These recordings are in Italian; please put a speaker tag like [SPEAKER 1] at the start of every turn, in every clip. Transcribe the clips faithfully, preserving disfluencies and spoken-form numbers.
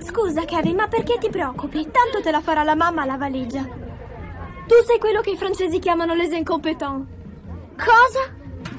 [SPEAKER 1] Scusa, Kevin, ma perché ti preoccupi? Tanto te la farà la mamma la valigia. Tu sei quello che i francesi chiamano les incompetents. Cosa?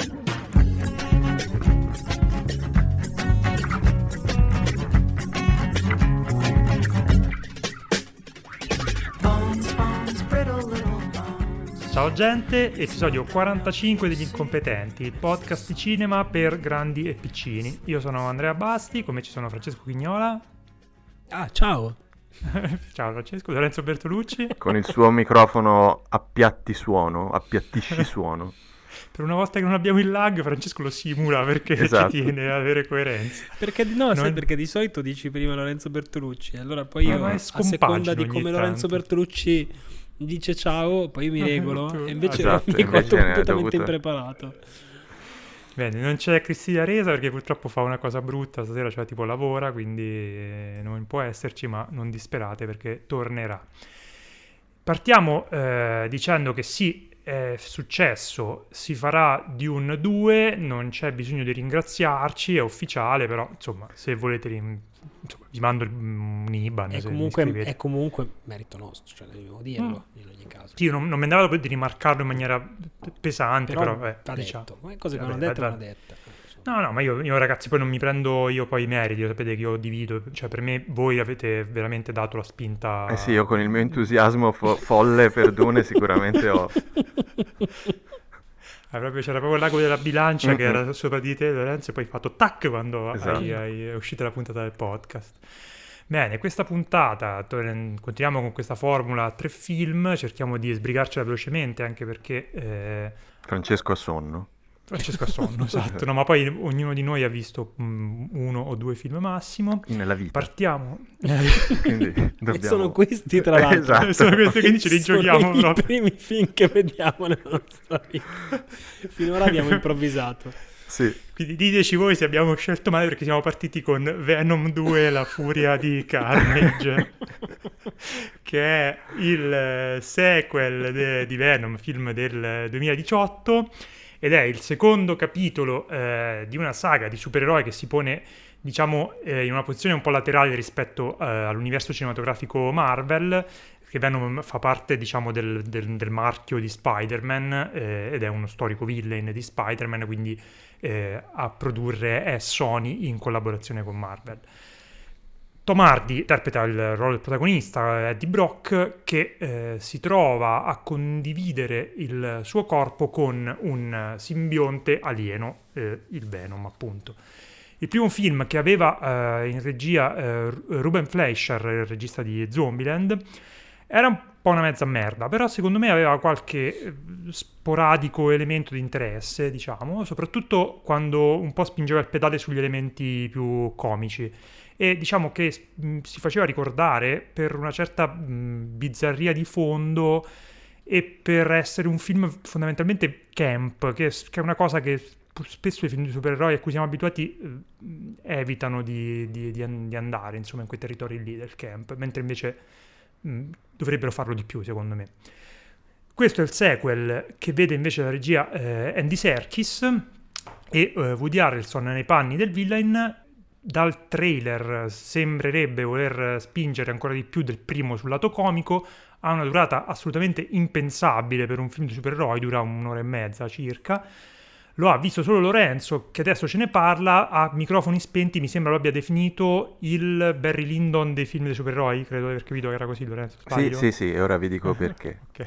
[SPEAKER 2] Ciao gente, episodio quarantacinque degli Incompetenti, il podcast di cinema per grandi e piccini. Io sono Andrea Basti, come ci sono Francesco Chignola.
[SPEAKER 3] Ah, ciao.
[SPEAKER 2] Ciao Francesco, Lorenzo Bertolucci.
[SPEAKER 4] Con il suo microfono appiatti suono, appiattisci suono.
[SPEAKER 2] Per una volta che non abbiamo il lag, Francesco lo simula perché
[SPEAKER 4] Esatto.
[SPEAKER 2] ci tiene ad avere coerenza.
[SPEAKER 3] Perché no,
[SPEAKER 2] Non-
[SPEAKER 3] sai perché di solito dici prima Lorenzo Bertolucci, allora poi io
[SPEAKER 2] Ma è
[SPEAKER 3] a
[SPEAKER 2] scompagine
[SPEAKER 3] seconda di
[SPEAKER 2] ogni
[SPEAKER 3] come Lorenzo
[SPEAKER 2] tanto.
[SPEAKER 3] Bertolucci dice ciao, poi mi regolo
[SPEAKER 2] Tu-
[SPEAKER 3] e invece
[SPEAKER 4] Esatto,
[SPEAKER 3] mi
[SPEAKER 4] invece
[SPEAKER 3] conto
[SPEAKER 4] ne è
[SPEAKER 3] completamente
[SPEAKER 4] dovuto-
[SPEAKER 3] impreparato.
[SPEAKER 2] Bene, non c'è Cristina Resa perché purtroppo fa una cosa brutta stasera, cioè tipo lavora, quindi eh, non può esserci, ma non disperate perché tornerà. Partiamo eh, dicendo che sì, è successo, si farà di un due, non c'è bisogno di ringraziarci, è ufficiale, però insomma, se volete rim- insomma, vi mando il- un I B A N.
[SPEAKER 3] È
[SPEAKER 2] se mi
[SPEAKER 3] comunque,
[SPEAKER 2] scrivete.
[SPEAKER 3] è comunque merito nostro, cioè dobbiamo dirlo
[SPEAKER 2] Mm.
[SPEAKER 3] in ogni caso.
[SPEAKER 2] Sì, io non, non mi andava di rimarcarlo in maniera pesante, però,
[SPEAKER 3] Però
[SPEAKER 2] eh,
[SPEAKER 3] va
[SPEAKER 2] diciamo.
[SPEAKER 3] detto, ma le cose che
[SPEAKER 2] Vabbè,
[SPEAKER 3] vanno dette
[SPEAKER 2] va-
[SPEAKER 3] vanno dette.
[SPEAKER 2] No, no, ma io, io, ragazzi poi non mi prendo io poi i meriti, lo sapete che io divido, cioè per me voi avete veramente dato la spinta.
[SPEAKER 4] Eh sì, io con il mio entusiasmo fo- folle per Dune sicuramente ho...
[SPEAKER 2] Ah, proprio- c'era proprio l'ago della bilancia che
[SPEAKER 4] Mhm.
[SPEAKER 2] era sopra di te, Lorenzo, e poi hai fatto tac quando hai-
[SPEAKER 4] Esatto.
[SPEAKER 2] hai- è uscita la puntata del podcast. Bene, questa puntata, to- continuiamo con questa formula a tre film, cerchiamo di sbrigarcela velocemente anche perché eh,
[SPEAKER 4] Francesco a sonno.
[SPEAKER 2] Francesco ha sonno, esatto, no, ma poi ognuno di noi ha visto mm, uno o due film massimo.
[SPEAKER 4] Nella vita.
[SPEAKER 2] Partiamo.
[SPEAKER 4] Quindi
[SPEAKER 3] E
[SPEAKER 4] dobbiamo...
[SPEAKER 3] sono questi tra l'altro.
[SPEAKER 4] Esatto.
[SPEAKER 2] Sono questi, quindi ce li
[SPEAKER 3] Sono
[SPEAKER 2] giochiamo
[SPEAKER 3] i
[SPEAKER 2] proprio.
[SPEAKER 3] primi film che vediamo nella nostra vita. Finora abbiamo improvvisato.
[SPEAKER 4] Sì,
[SPEAKER 2] Quindi diteci voi se abbiamo scelto male perché siamo partiti con Venom due, la furia di Carnage, che è il eh, sequel de- di Venom, film del duemiladiciotto, ed è il secondo capitolo eh, di una saga di supereroi che si pone, diciamo, eh, in una posizione un po' laterale rispetto eh, all'universo cinematografico Marvel, che Venom fa parte, diciamo, del, del- del marchio di Spider-Man eh, ed è uno storico villain di Spider-Man, quindi eh, a produrre è Sony in collaborazione con Marvel. Tom Hardy interpreta il ruolo del protagonista, Eddie Brock, che eh, si trova a condividere il suo corpo con un simbionte alieno, eh, il Venom appunto. Il primo film che aveva eh, in regia eh, Ruben Fleischer, il regista di Zombieland, era un po' una mezza merda, però secondo me aveva qualche eh, sporadico elemento di interesse, diciamo, soprattutto quando un po' spingeva il pedale sugli elementi più comici. E diciamo che mh, si faceva ricordare per una certa mh, bizzarria di fondo e per essere un film fondamentalmente camp, che, che è una cosa che spesso i film di supereroi a cui siamo abituati eh, evitano di, di- di an- di andare, insomma, in quei territori lì del camp, mentre invece mh, dovrebbero farlo di più, secondo me. Questo è il sequel che vede invece la regia eh, Andy Serkis e eh, Woody Harrelson nei panni del villain. Dal trailer sembrerebbe voler spingere ancora di più del primo sul lato comico, ha una durata assolutamente impensabile per un film di supereroi, dura un'ora e mezza circa. Lo ha visto solo Lorenzo, che adesso ce ne parla, a microfoni spenti mi sembra lo abbia definito il Barry Lyndon dei film dei supereroi, credo di aver capito che era così, Lorenzo,
[SPEAKER 4] sì,
[SPEAKER 2] sbaglio?
[SPEAKER 4] sì, sì, e ora vi dico perché.
[SPEAKER 2] Ok.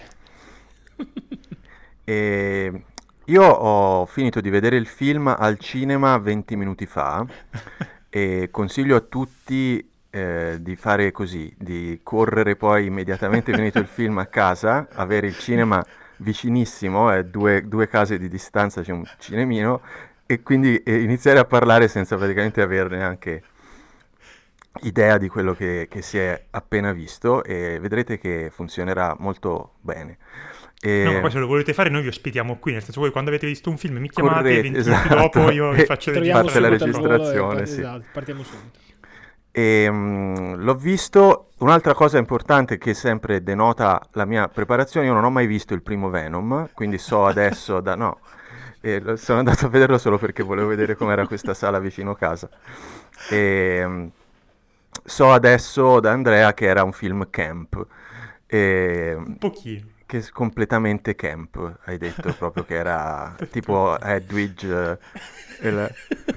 [SPEAKER 4] E io ho finito di vedere il film al cinema venti minuti fa e consiglio a tutti eh, di fare così, di correre poi immediatamente finito il film a casa, avere il cinema vicinissimo, è due, due case di distanza, c'è un cinemino, e quindi eh, iniziare a parlare senza praticamente avere neanche idea di quello che, che si è appena visto, e vedrete che funzionerà molto bene. E...
[SPEAKER 2] No, ma poi se lo volete fare noi vi ospitiamo qui, nel senso voi quando avete visto un film mi chiamate,
[SPEAKER 4] Correte,
[SPEAKER 2] venti
[SPEAKER 4] esatto.
[SPEAKER 2] minuti dopo io vi
[SPEAKER 4] E
[SPEAKER 2] faccio
[SPEAKER 4] ci
[SPEAKER 2] registrare.
[SPEAKER 4] fate la
[SPEAKER 3] subito al volo e
[SPEAKER 4] registrazione,
[SPEAKER 3] par-
[SPEAKER 4] sì.
[SPEAKER 3] esatto, partiamo subito.
[SPEAKER 4] E, mm, l'ho visto. Un'altra cosa importante che sempre denota la mia preparazione: io non ho mai visto il primo Venom, quindi so adesso da no, e lo- sono andato a vederlo solo perché volevo vedere com'era questa sala vicino casa. E, mm, so adesso da Andrea che era un film camp, e,
[SPEAKER 2] Un pochino.
[SPEAKER 4] che è completamente camp, hai detto proprio che era tipo Hedwig. eh, e la-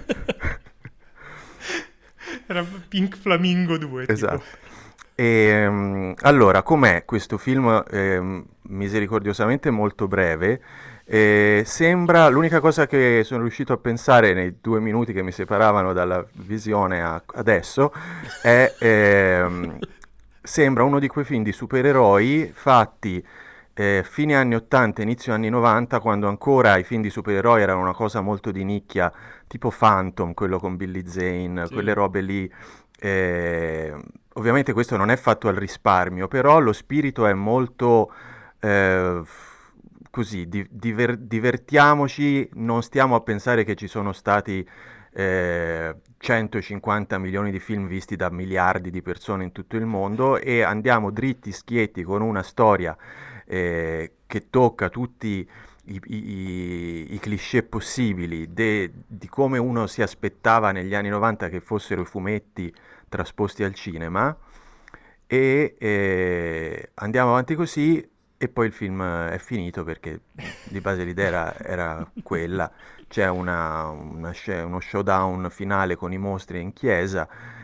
[SPEAKER 2] Era Pink Flamingo due, tipo.
[SPEAKER 4] Esatto. E, mm, allora, com'è questo film ehm, misericordiosamente molto breve? Eh, sembra, l'unica cosa che sono riuscito a pensare nei due minuti che mi separavano dalla visione a- adesso è ehm, sembra uno di quei film di supereroi fatti eh, fine anni ottanta, inizio anni novanta, quando ancora i film di supereroi erano una cosa molto di nicchia, tipo Phantom, quello con Billy Zane, quelle
[SPEAKER 3] Sì.
[SPEAKER 4] robe lì. Eh, ovviamente questo non è fatto al risparmio, però lo spirito è molto eh, così, di- diver- divertiamoci, non stiamo a pensare che ci sono stati eh, centocinquanta milioni di film visti da miliardi di persone in tutto il mondo e andiamo dritti, schietti con una storia eh, che tocca tutti i, i- i- i cliché possibili de- di come uno si aspettava negli anni novanta che fossero i fumetti trasposti al cinema e eh, andiamo avanti così e poi il film è finito perché di base l'idea era, era quella. C'è una- una sce- uno showdown finale con i mostri in chiesa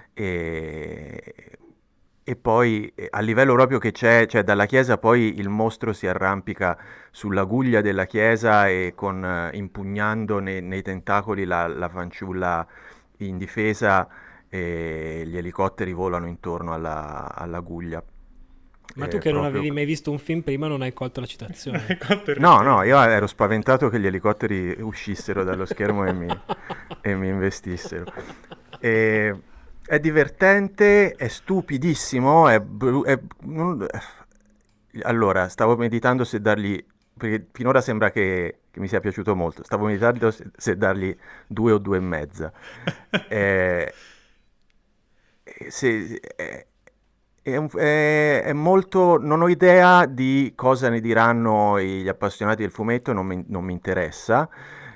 [SPEAKER 4] e, e poi eh, a livello proprio che c'è, cioè dalla chiesa poi il mostro si arrampica sulla guglia della chiesa e con, eh, impugnando nei, nei tentacoli la, la fanciulla in difesa e gli elicotteri volano intorno alla, alla guglia.
[SPEAKER 3] Ma tu
[SPEAKER 4] È
[SPEAKER 3] che non
[SPEAKER 4] proprio...
[SPEAKER 3] avevi mai visto un film prima non hai colto la citazione.
[SPEAKER 2] Quanto è
[SPEAKER 4] No, no,
[SPEAKER 2] rispetto.
[SPEAKER 4] io ero spaventato che gli elicotteri uscissero dallo schermo e mi, e mi investissero. E- è divertente, è stupidissimo, è, bru- è- non- Allora, stavo meditando se dargli... Perché finora sembra che, che mi sia piaciuto molto. Stavo meditando se, se dargli due o due e mezza. Eh, eh, se- eh, è, un- è- è molto... Non ho idea di cosa ne diranno gli appassionati del fumetto, non mi, non mi interessa.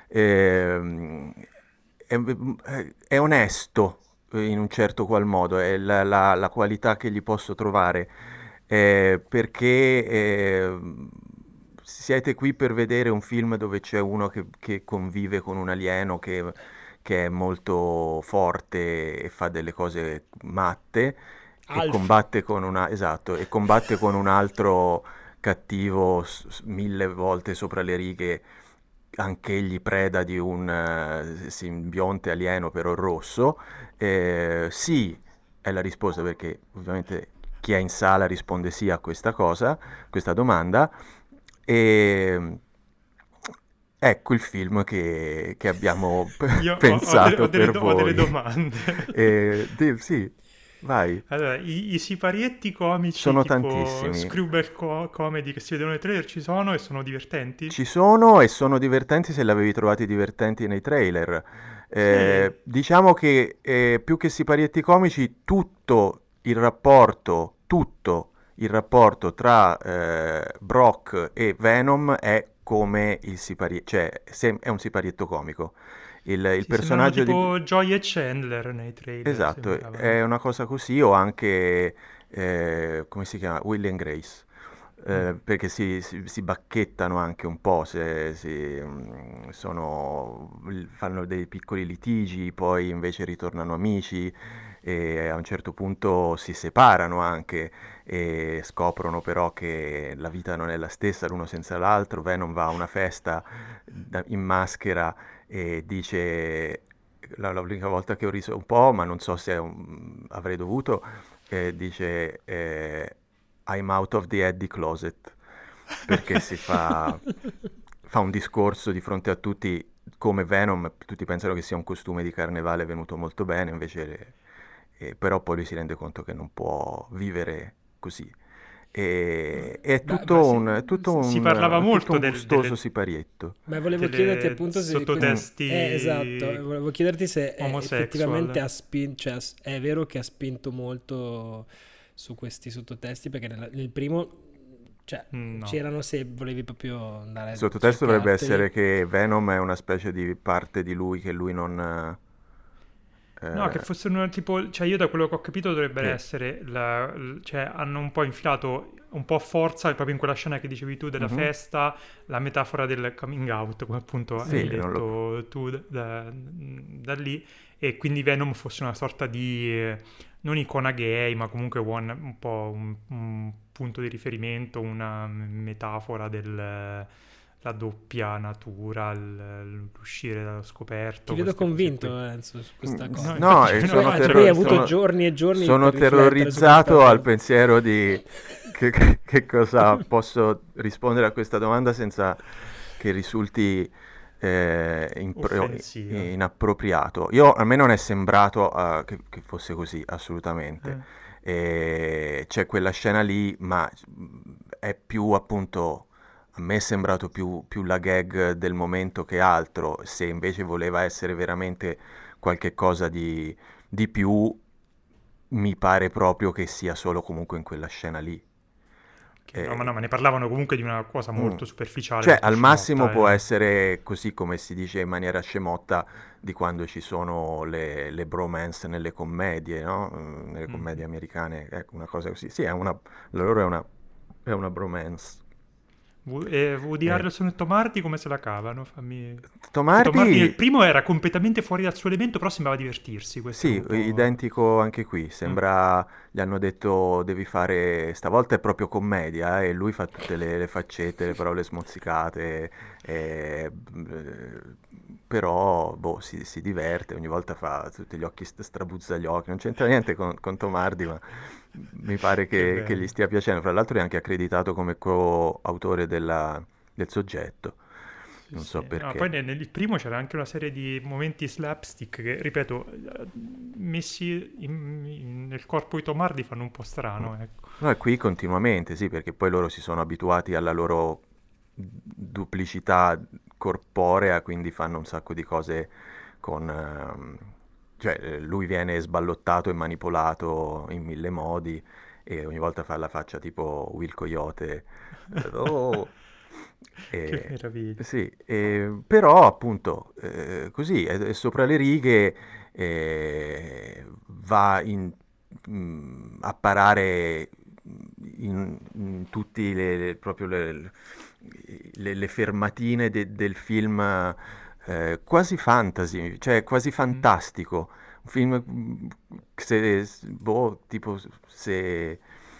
[SPEAKER 4] Ehm, è, è onesto eh, in un certo qual modo, è la, la- la qualità che gli posso trovare, eh, perché eh, siete qui per vedere un film dove c'è uno che, che convive con un alieno che, che è molto forte e fa delle cose matte e
[SPEAKER 3] Alf.
[SPEAKER 4] combatte con una, esatto, e combatte con un altro cattivo s- s- mille volte sopra le righe, anch'egli preda di un eh, simbionte alieno però rosso. Eh, sì, è la risposta perché ovviamente chi è in sala risponde sì a questa cosa, questa domanda. E ecco il film che, che abbiamo
[SPEAKER 2] Io ho, ho delle, ho
[SPEAKER 4] pensato
[SPEAKER 2] delle
[SPEAKER 4] per
[SPEAKER 2] do- ho delle
[SPEAKER 4] voi.
[SPEAKER 2] domande.
[SPEAKER 4] Eh, di- sì, vai.
[SPEAKER 2] Allora, i, i siparietti comici
[SPEAKER 4] Sono
[SPEAKER 2] tipo
[SPEAKER 4] tantissimi.
[SPEAKER 2] Screwball co- comedy che si vedono nei trailer ci sono e sono divertenti?
[SPEAKER 4] Ci sono e sono divertenti se li avevi trovati divertenti nei trailer.
[SPEAKER 2] Sì.
[SPEAKER 4] Eh, diciamo che eh, più che siparietti comici, tutto il rapporto, tutto il rapporto tra eh, Brock e Venom è come il siparietto, cioè sem- è un siparietto comico. Il, il
[SPEAKER 2] Sì, sembrano
[SPEAKER 4] personaggio di...
[SPEAKER 2] tipo Joy e Chandler nei trailer,
[SPEAKER 4] Esatto,
[SPEAKER 2] sembravano.
[SPEAKER 4] è una cosa così, o anche, eh, come si chiama? Will and Grace,
[SPEAKER 2] Mm.
[SPEAKER 4] eh, perché si, si- si bacchettano anche un po', se, si, mm, sono, fanno dei piccoli litigi, poi invece ritornano amici e a un certo punto si separano anche e scoprono però che la vita non è la stessa l'uno senza l'altro. Venom va a una festa da- in maschera e dice la, l'unica volta che ho riso un po', ma non so se um, avrei dovuto, eh, dice eh, I'm out of the Eddie closet, perché si fa, fa un discorso di fronte a tutti come Venom, tutti pensano che sia un costume di carnevale venuto molto bene, invece eh, però poi lui si rende conto che non può vivere così. E, è
[SPEAKER 3] Ma,
[SPEAKER 2] Ma
[SPEAKER 4] tutto
[SPEAKER 2] si,
[SPEAKER 4] un, è tutto
[SPEAKER 2] si
[SPEAKER 4] un,
[SPEAKER 2] parlava
[SPEAKER 4] è tutto
[SPEAKER 2] molto
[SPEAKER 4] un
[SPEAKER 2] del-
[SPEAKER 4] gustoso
[SPEAKER 2] delle,
[SPEAKER 4] siparietto.
[SPEAKER 3] ma volevo chiederti
[SPEAKER 2] delle
[SPEAKER 3] appunto se... que-
[SPEAKER 4] Mm.
[SPEAKER 3] Eh, esatto,
[SPEAKER 2] sottotesti
[SPEAKER 3] volevo chiederti se eh, effettivamente
[SPEAKER 2] homosexual.
[SPEAKER 3] ha spinto, cioè ha- è vero che ha spinto molto su questi sottotesti, perché nella- nel primo, cioè,
[SPEAKER 2] No.
[SPEAKER 3] c'erano se volevi proprio andare
[SPEAKER 4] Il
[SPEAKER 3] a
[SPEAKER 4] sottotesto dovrebbe
[SPEAKER 3] cercarteli.
[SPEAKER 4] essere che Venom è una specie di parte di lui che lui non,
[SPEAKER 2] No, che
[SPEAKER 4] Eh,
[SPEAKER 2] fosse una tipo, cioè io da quello che ho capito dovrebbe
[SPEAKER 4] sì.
[SPEAKER 2] essere, la, l- cioè hanno un po' infilato un po' a forza, proprio in quella scena che dicevi tu della
[SPEAKER 4] Mhm.
[SPEAKER 2] festa, la metafora del coming out, come appunto
[SPEAKER 4] Sì,
[SPEAKER 2] hai
[SPEAKER 4] non lo...
[SPEAKER 2] detto tu da, da- da lì, e quindi Venom fosse una sorta di, eh, non icona gay, ma comunque one- un po' un, un punto di riferimento, una metafora del... la doppia natura, il- l'uscire dallo
[SPEAKER 3] Ti
[SPEAKER 2] scoperto,
[SPEAKER 3] vedo
[SPEAKER 2] queste cose
[SPEAKER 3] convinto,
[SPEAKER 2] qui.
[SPEAKER 3] Enzo, su questa
[SPEAKER 4] Mm,
[SPEAKER 3] cosa.
[SPEAKER 2] No,
[SPEAKER 4] No,
[SPEAKER 2] infatti,
[SPEAKER 4] e
[SPEAKER 2] no,
[SPEAKER 3] Poi,
[SPEAKER 4] sono,
[SPEAKER 2] infatti
[SPEAKER 3] anche
[SPEAKER 2] ero,
[SPEAKER 3] poi hai
[SPEAKER 4] terro-
[SPEAKER 3] avuto
[SPEAKER 2] stavo-
[SPEAKER 4] sono-
[SPEAKER 3] giorni e giorni
[SPEAKER 4] sono
[SPEAKER 3] per riflettere su questa
[SPEAKER 4] terrorizzato al
[SPEAKER 3] cosa.
[SPEAKER 4] pensiero di che, che- che cosa posso rispondere a questa domanda senza che risulti eh, impro-
[SPEAKER 2] offensiva.
[SPEAKER 4] inappropriato. Io, a me non è sembrato eh, che, che fosse così, assolutamente.
[SPEAKER 2] Eh.
[SPEAKER 4] E c'è quella scena lì, ma mm, è più appunto... A me è sembrato più, più la gag del momento che altro, se invece voleva essere veramente qualche cosa di, di più, mi pare proprio che sia solo comunque in quella scena lì.
[SPEAKER 2] Ok, no, ma
[SPEAKER 4] Eh,
[SPEAKER 2] no, ma ne parlavano comunque di una cosa
[SPEAKER 4] mm.
[SPEAKER 2] molto superficiale,
[SPEAKER 4] Cioè,
[SPEAKER 2] molto
[SPEAKER 4] al massimo
[SPEAKER 2] scemotta.
[SPEAKER 4] può
[SPEAKER 2] Eh.
[SPEAKER 4] essere così come si dice in maniera scemotta di quando ci sono le, le bromance nelle commedie, no? Mm, Nelle
[SPEAKER 2] Mm.
[SPEAKER 4] commedie americane, ecco, una cosa così. Sì, è una, la loro è una, è una bromance.
[SPEAKER 2] Wo- e Woody
[SPEAKER 4] Eh,
[SPEAKER 2] Harrelson e Tom Hardy come se la cavano? Fammi...
[SPEAKER 4] Tom
[SPEAKER 2] Che Tom Hardy nel
[SPEAKER 4] Hardy,
[SPEAKER 2] primo era completamente fuori dal suo elemento, però sembrava divertirsi. Questo era
[SPEAKER 4] sì,
[SPEAKER 2] un po'...
[SPEAKER 4] identico anche qui.
[SPEAKER 2] Mm.
[SPEAKER 4] Sembra, gli hanno detto devi fare, stavolta è proprio commedia, eh, e lui fa tutte le, le faccette, le parole smozzicate, eh, eh, però boh, si, si diverte, ogni volta fa tutti gli occhi, st- strabuzza gli occhi, non c'entra niente con, con Tom Hardy, ma mi pare
[SPEAKER 2] Che
[SPEAKER 4] che, che gli
[SPEAKER 2] bello.
[SPEAKER 4] stia piacendo. Fra l'altro è anche accreditato come co-autore della- del soggetto,
[SPEAKER 2] Sì,
[SPEAKER 4] non
[SPEAKER 2] sì.
[SPEAKER 4] so
[SPEAKER 2] No, poi
[SPEAKER 4] perché.
[SPEAKER 2] nel, nel primo c'era anche una serie di momenti slapstick che, ripeto, eh, messi in- in- nel corpo di Tom Hardy fanno un po'
[SPEAKER 4] Mm.
[SPEAKER 2] strano, ecco.
[SPEAKER 4] No, e qui continuamente, sì, perché poi loro si sono abituati alla loro duplicità corporea, quindi fanno un sacco di cose con... ehm, cioè, eh, lui viene sballottato e manipolato in mille modi e ogni volta fa la faccia tipo Will Coyote. eh, Oh!
[SPEAKER 2] Che
[SPEAKER 4] E-
[SPEAKER 2] meraviglia.
[SPEAKER 4] sì, e- però appunto eh, così è, è sopra le righe, eh, va in, mm, a parare in, in tutti le, le- proprio le, le- le fermatine de- del film, eh, quasi fantasy, cioè quasi
[SPEAKER 2] Mm.
[SPEAKER 4] fantastico. Un film mm, se, boh, tipo se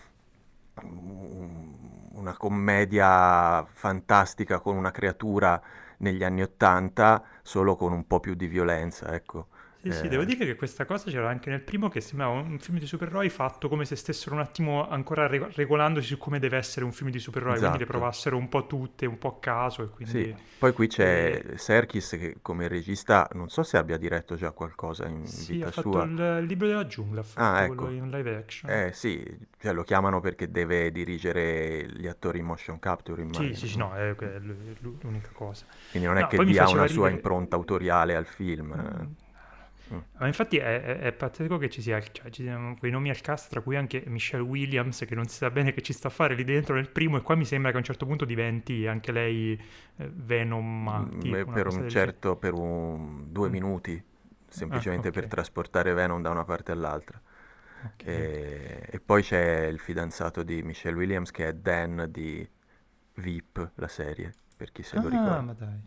[SPEAKER 4] un- una commedia fantastica con una creatura negli anni Ottanta, solo con un po' più di violenza, ecco.
[SPEAKER 2] Sì, sì, devo
[SPEAKER 4] Eh,
[SPEAKER 2] dire che questa cosa c'era anche nel primo, che sembrava un film di supereroi fatto come se stessero un attimo ancora reg- regolandosi su come deve essere un film di supereroi, quindi le
[SPEAKER 4] esatto.
[SPEAKER 2] provassero un po' tutte, un po' a caso, e
[SPEAKER 4] Sì,
[SPEAKER 2] quindi...
[SPEAKER 4] poi qui c'è
[SPEAKER 2] e-
[SPEAKER 4] Serkis che come regista non so se abbia diretto già qualcosa in
[SPEAKER 2] Sì, ha
[SPEAKER 4] vita
[SPEAKER 2] fatto
[SPEAKER 4] sua.
[SPEAKER 2] il, il libro della giungla, ha
[SPEAKER 4] Ah,
[SPEAKER 2] fatto quello
[SPEAKER 4] ecco.
[SPEAKER 2] in live action.
[SPEAKER 4] Eh sì, cioè lo chiamano perché deve dirigere gli attori in motion capture,
[SPEAKER 2] Sì, sì,
[SPEAKER 4] immagino.
[SPEAKER 2] sì, no, è, è l- l- l'unica cosa.
[SPEAKER 4] Quindi non è
[SPEAKER 2] No,
[SPEAKER 4] che
[SPEAKER 2] poi mi
[SPEAKER 4] dia
[SPEAKER 2] faceva
[SPEAKER 4] una sua
[SPEAKER 2] ridere...
[SPEAKER 4] impronta autoriale al film.
[SPEAKER 2] Mm.
[SPEAKER 4] eh. Mm.
[SPEAKER 2] Ma infatti è, è- è pazzesco che ci sia, cioè, ci siano quei nomi al cast, tra cui anche Michelle Williams, che non si sa bene che ci sta a fare lì dentro nel primo, e qua mi sembra che a un certo punto diventi anche lei eh, Venom
[SPEAKER 4] Mm,
[SPEAKER 2] tipo,
[SPEAKER 4] e
[SPEAKER 2] una
[SPEAKER 4] per
[SPEAKER 2] cosa
[SPEAKER 4] un
[SPEAKER 2] del genere.
[SPEAKER 4] certo, per un, due
[SPEAKER 2] Mm.
[SPEAKER 4] minuti,
[SPEAKER 2] Ah,
[SPEAKER 4] semplicemente per
[SPEAKER 2] ok,
[SPEAKER 4] trasportare Venom da una parte all'altra.
[SPEAKER 2] ok, ok.
[SPEAKER 4] E, e poi c'è il fidanzato di Michelle Williams che è Dan di Veep, la serie, per chi se lo
[SPEAKER 2] Ah,
[SPEAKER 4] ricorda.
[SPEAKER 2] ma dai.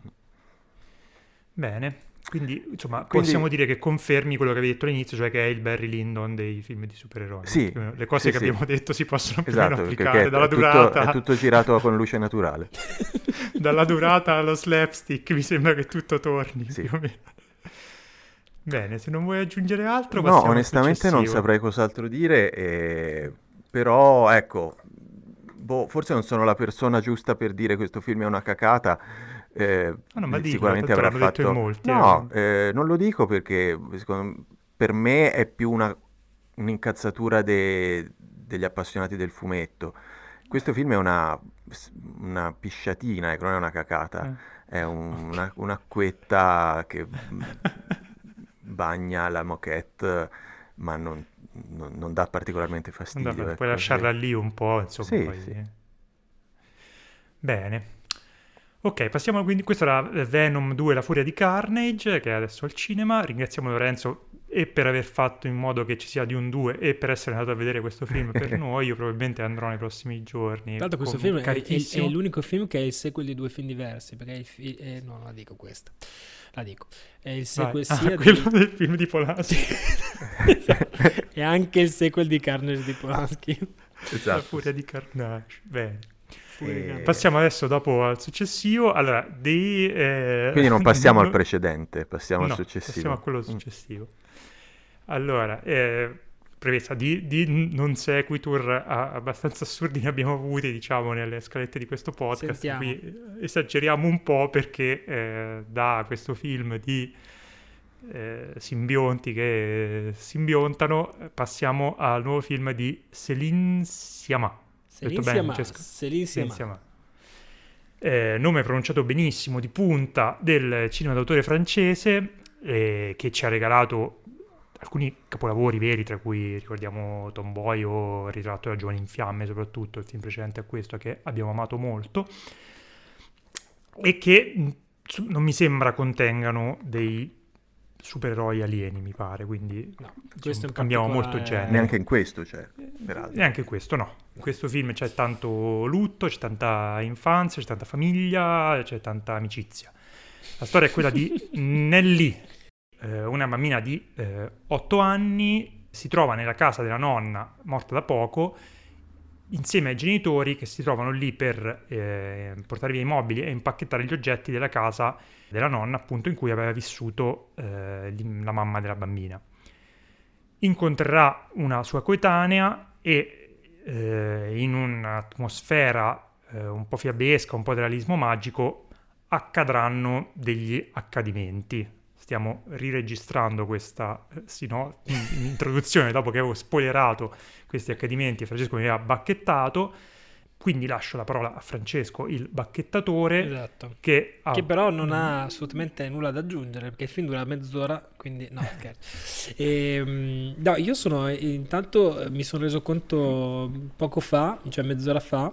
[SPEAKER 2] Bene, quindi insomma possiamo
[SPEAKER 4] Quindi
[SPEAKER 2] dire che confermi quello che avevi detto all'inizio, cioè che è il Barry Lyndon dei film di supereroi.
[SPEAKER 4] sì,
[SPEAKER 2] Più o meno le cose
[SPEAKER 4] sì,
[SPEAKER 2] che
[SPEAKER 4] sì,
[SPEAKER 2] abbiamo detto si possono più o meno
[SPEAKER 4] esatto, perché
[SPEAKER 2] applicare, dalla
[SPEAKER 4] è tutto, è
[SPEAKER 2] durata,
[SPEAKER 4] tutto girato con luce naturale.
[SPEAKER 2] dalla durata allo slapstick, mi sembra che tutto torni
[SPEAKER 4] Sì.
[SPEAKER 2] più o meno. Bene, se non vuoi aggiungere altro
[SPEAKER 4] No,
[SPEAKER 2] passiamo al
[SPEAKER 4] onestamente non
[SPEAKER 2] successivo.
[SPEAKER 4] saprei cos'altro dire, eh, però ecco, boh, forse non sono la persona giusta per dire questo film è una cacata. eh,
[SPEAKER 2] Ah, no, ma dillo,
[SPEAKER 4] Sicuramente
[SPEAKER 2] tanto
[SPEAKER 4] avrà
[SPEAKER 2] l'hanno detto in
[SPEAKER 4] fatto...
[SPEAKER 2] molti.
[SPEAKER 4] No,
[SPEAKER 2] Eh.
[SPEAKER 4] eh, non lo dico perché secondo- per me è più una, un'incazzatura de- degli appassionati del fumetto. Questo film è una, una pisciatina, ecco, non è una cacata,
[SPEAKER 2] Eh.
[SPEAKER 4] è un-
[SPEAKER 2] Ok.
[SPEAKER 4] una, un'acquetta che mm, bagna la moquette, ma non, non- non dà particolarmente
[SPEAKER 2] Andava,
[SPEAKER 4] fastidio,
[SPEAKER 2] puoi
[SPEAKER 4] ecco.
[SPEAKER 2] lasciarla
[SPEAKER 4] E-
[SPEAKER 2] lì un po', insomma,
[SPEAKER 4] sì,
[SPEAKER 2] poi...
[SPEAKER 4] sì.
[SPEAKER 2] Bene. Ok, passiamo quindi, questo era Venom due, La furia di Carnage, che è adesso al cinema. Ringraziamo Lorenzo e per aver fatto in modo che ci sia Dune due e per essere andato a vedere questo film per noi. Io probabilmente andrò nei prossimi giorni.
[SPEAKER 3] Tra l'altro questo film è, è, è l'unico film che è il sequel di due film diversi, perché è il fi- eh, no, non la dico questa, la dico. È il sequel
[SPEAKER 2] Vai.
[SPEAKER 3] sia
[SPEAKER 2] ah,
[SPEAKER 3] di...
[SPEAKER 2] quello del film di Polanski.
[SPEAKER 3] È anche il sequel di Carnage di Polanski.
[SPEAKER 4] Esatto.
[SPEAKER 2] La furia di Carnage. Bene.
[SPEAKER 4] E...
[SPEAKER 2] Passiamo adesso dopo al successivo. Allora, dei, eh...
[SPEAKER 4] Quindi non passiamo al precedente, passiamo
[SPEAKER 2] no,
[SPEAKER 4] al successivo.
[SPEAKER 2] Passiamo a quello successivo. Mm. Allora, eh, premessa, di, di non sequitur a, abbastanza assurdi ne abbiamo avuti, diciamo, nelle scalette di questo podcast.
[SPEAKER 3] Sentiamo.
[SPEAKER 2] Qui esageriamo un po' perché eh, da questo film di eh, simbionti che simbiontano passiamo al nuovo film di Céline Sciamma.
[SPEAKER 3] Céline Sciamma. Céline Sciamma.
[SPEAKER 2] Eh, nome pronunciato benissimo, di punta del cinema d'autore francese, eh, che ci ha regalato alcuni capolavori veri, tra cui ricordiamo Tomboy o Il ritratto della giovane in fiamme, soprattutto il film precedente a questo che abbiamo amato molto, e che non mi sembra contengano dei supereroi alieni, mi pare, quindi
[SPEAKER 3] no,
[SPEAKER 2] diciamo, cambiamo molto genere.
[SPEAKER 4] Neanche in questo c'è, peraltro.
[SPEAKER 2] Neanche in questo, no. In questo film c'è tanto lutto, c'è tanta infanzia, c'è tanta famiglia, c'è tanta amicizia. La storia è quella di Nelly, eh, una bambina di eh, otto anni, si trova nella casa della nonna, morta da poco, insieme ai genitori che si trovano lì per eh, portare via i mobili e impacchettare gli oggetti della casa della nonna, appunto, in cui aveva vissuto eh, la mamma della bambina. Incontrerà una sua coetanea e eh, in un'atmosfera eh, un po' fiabesca, un po' di realismo magico, accadranno degli accadimenti. Stiamo riregistrando questa eh, sì, no, in, introduzione dopo che avevo spoilerato questi accadimenti e Francesco mi aveva bacchettato, quindi lascio la parola a Francesco, il bacchettatore,
[SPEAKER 3] esatto.
[SPEAKER 2] che, ha...
[SPEAKER 3] che però non ha assolutamente nulla da aggiungere, perché il film dura mezz'ora, quindi no, scherzo. E, no, io sono, intanto mi sono reso conto poco fa, cioè mezz'ora fa,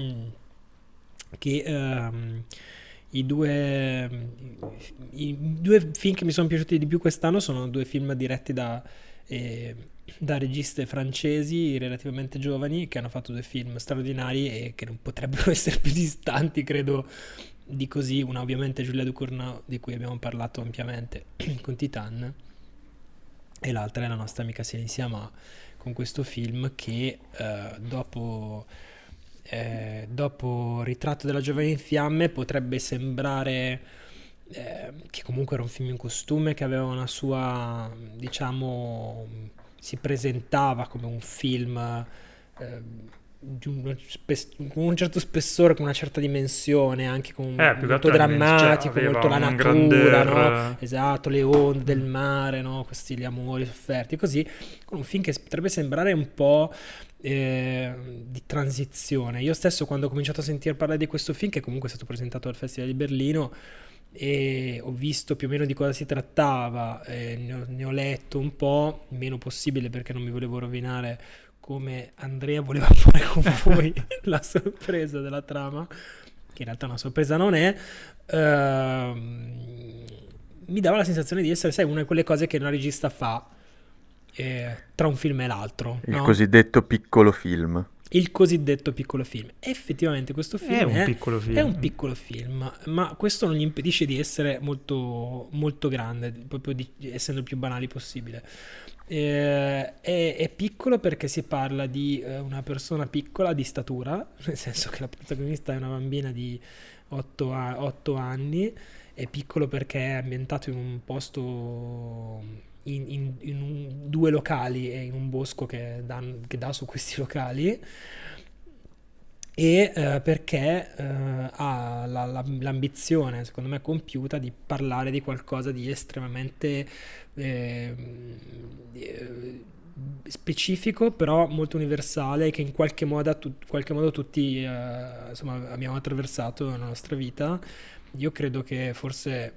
[SPEAKER 3] che um, i due i due film che mi sono piaciuti di più quest'anno sono due film diretti da eh, da registe francesi relativamente giovani, che hanno fatto due film straordinari e che non potrebbero essere più distanti, credo, di così. Una ovviamente Julia Ducournau, di cui abbiamo parlato ampiamente con Titan, e l'altra è la nostra amica Céline Sciamma, con questo film che eh, dopo eh, dopo Ritratto della giovane in fiamme potrebbe sembrare eh, che comunque era un film in costume, che aveva una sua, diciamo, si presentava come un film eh, di un, spes- con un certo spessore, con una certa dimensione, anche con
[SPEAKER 2] eh,
[SPEAKER 3] molto drammatico,
[SPEAKER 2] cioè,
[SPEAKER 3] molto la natura,
[SPEAKER 2] grandeur...
[SPEAKER 3] no? Esatto, le onde del mare, no? Questi gli amori sofferti, così, con un film che potrebbe sembrare un po' eh, di transizione. Io stesso, quando ho cominciato a sentire parlare di questo film, che comunque è stato presentato al Festival di Berlino, e ho visto più o meno di cosa si trattava, eh, ne, ho, ne ho letto un po', meno possibile perché non mi volevo rovinare, come Andrea voleva fare con voi, la sorpresa della trama, che in realtà una sorpresa non è. Uh, mi dava la sensazione di essere, sai, una di quelle cose che una regista fa eh, tra un film e l'altro,
[SPEAKER 4] il
[SPEAKER 3] no?
[SPEAKER 4] cosiddetto piccolo film. Il
[SPEAKER 3] cosiddetto piccolo film. Effettivamente questo film
[SPEAKER 2] è un
[SPEAKER 3] è,
[SPEAKER 2] piccolo film,
[SPEAKER 3] è un piccolo film, ma questo non gli impedisce di essere molto, molto grande, proprio di, essendo il più banali possibile. Eh, è, è piccolo perché si parla di eh, una persona piccola di statura, nel senso che la protagonista è una bambina di otto anni. È piccolo perché è ambientato in un posto, in, in, in un, due locali e in un bosco che dà, che dà su questi locali, e eh, perché eh, ha la, la, l'ambizione, secondo me compiuta, di parlare di qualcosa di estremamente eh, eh, specifico, però molto universale, che in qualche modo, tu, qualche modo tutti eh, insomma, abbiamo attraversato nella nostra vita. Io credo che forse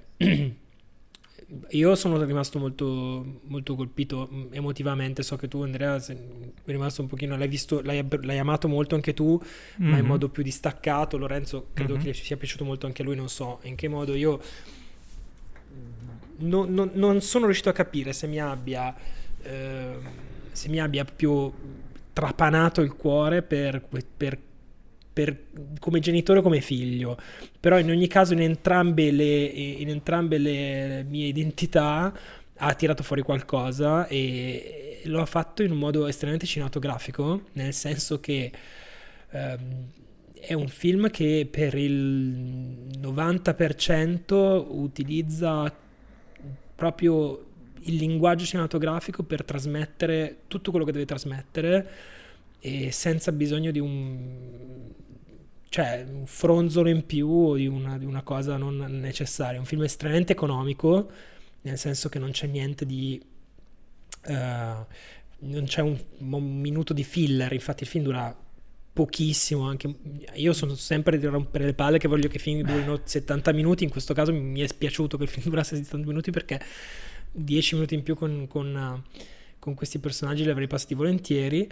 [SPEAKER 3] io sono rimasto molto, molto colpito emotivamente. So che tu, Andrea, sei rimasto un pochino, l'hai visto, l'hai, l'hai amato molto anche tu, mm-hmm. ma in modo più distaccato. Lorenzo credo mm-hmm. che gli sia piaciuto molto anche lui, non so in che modo. Io non, non, non sono riuscito a capire se mi abbia eh, se mi abbia proprio trapanato il cuore per, per, per come genitore o come figlio, però in ogni caso in entrambe le, in entrambe le mie identità ha tirato fuori qualcosa e lo ha fatto in un modo estremamente cinematografico, nel senso che ehm, è un film che per il novanta per cento utilizza proprio il linguaggio cinematografico per trasmettere tutto quello che deve trasmettere e senza bisogno di un cioè un fronzolo in più o di una, di una cosa non necessaria. È un film estremamente economico, nel senso che non c'è niente di uh, non c'è un, un minuto di filler, infatti il film dura pochissimo, anche io sono sempre di rompere le palle che voglio che i film durino settanta minuti, in questo caso mi è spiaciuto che il film durasse settanta minuti perché dieci minuti in più con, con, con questi personaggi li avrei passati volentieri,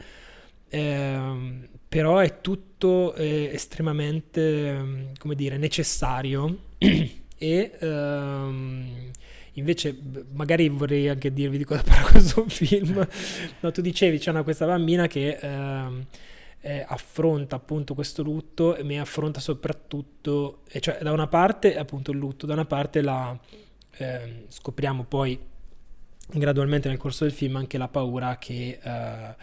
[SPEAKER 3] eh, però è tutto eh, estremamente, come dire, necessario e ehm, invece magari vorrei anche dirvi di cosa parla questo film. No, tu dicevi c'è una questa bambina che ehm, eh, affronta appunto questo lutto e mi affronta soprattutto, eh, cioè da una parte appunto il lutto, da una parte la eh, scopriamo poi gradualmente nel corso del film anche la paura che eh,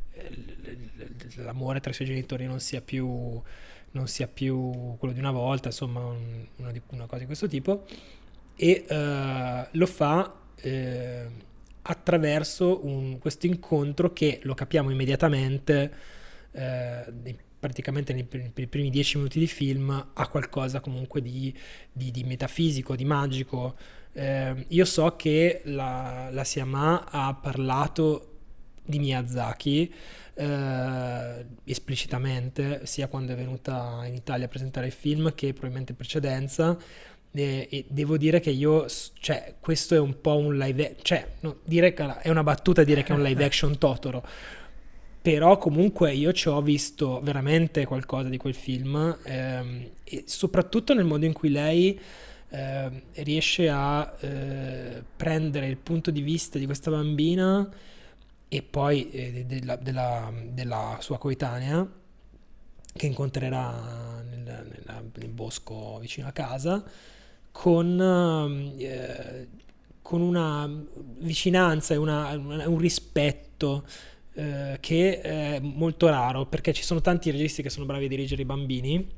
[SPEAKER 3] l'amore tra i suoi genitori non sia più non sia più quello di una volta, insomma un, una, di, una cosa di questo tipo, e uh, lo fa eh, attraverso un, questo incontro che lo capiamo immediatamente eh, praticamente nei, nei primi dieci minuti di film ha qualcosa comunque di, di, di metafisico, di magico. Eh, io so che la, la Siamà ha parlato di Miyazaki eh, esplicitamente, sia quando è venuta in Italia a presentare il film che probabilmente in precedenza, e, e devo dire che io, cioè, questo è un po' un live, cioè, no, dire che è una battuta dire che è un live action Totoro, però comunque io ci ho visto veramente qualcosa di quel film, ehm, e soprattutto nel modo in cui lei eh, riesce a eh, prendere il punto di vista di questa bambina e poi eh, della, della, della sua coetanea che incontrerà nel, nella, nel bosco vicino a casa con, eh, con una vicinanza e una, una, un rispetto eh, che è molto raro, perché ci sono tanti registi che sono bravi a dirigere i bambini.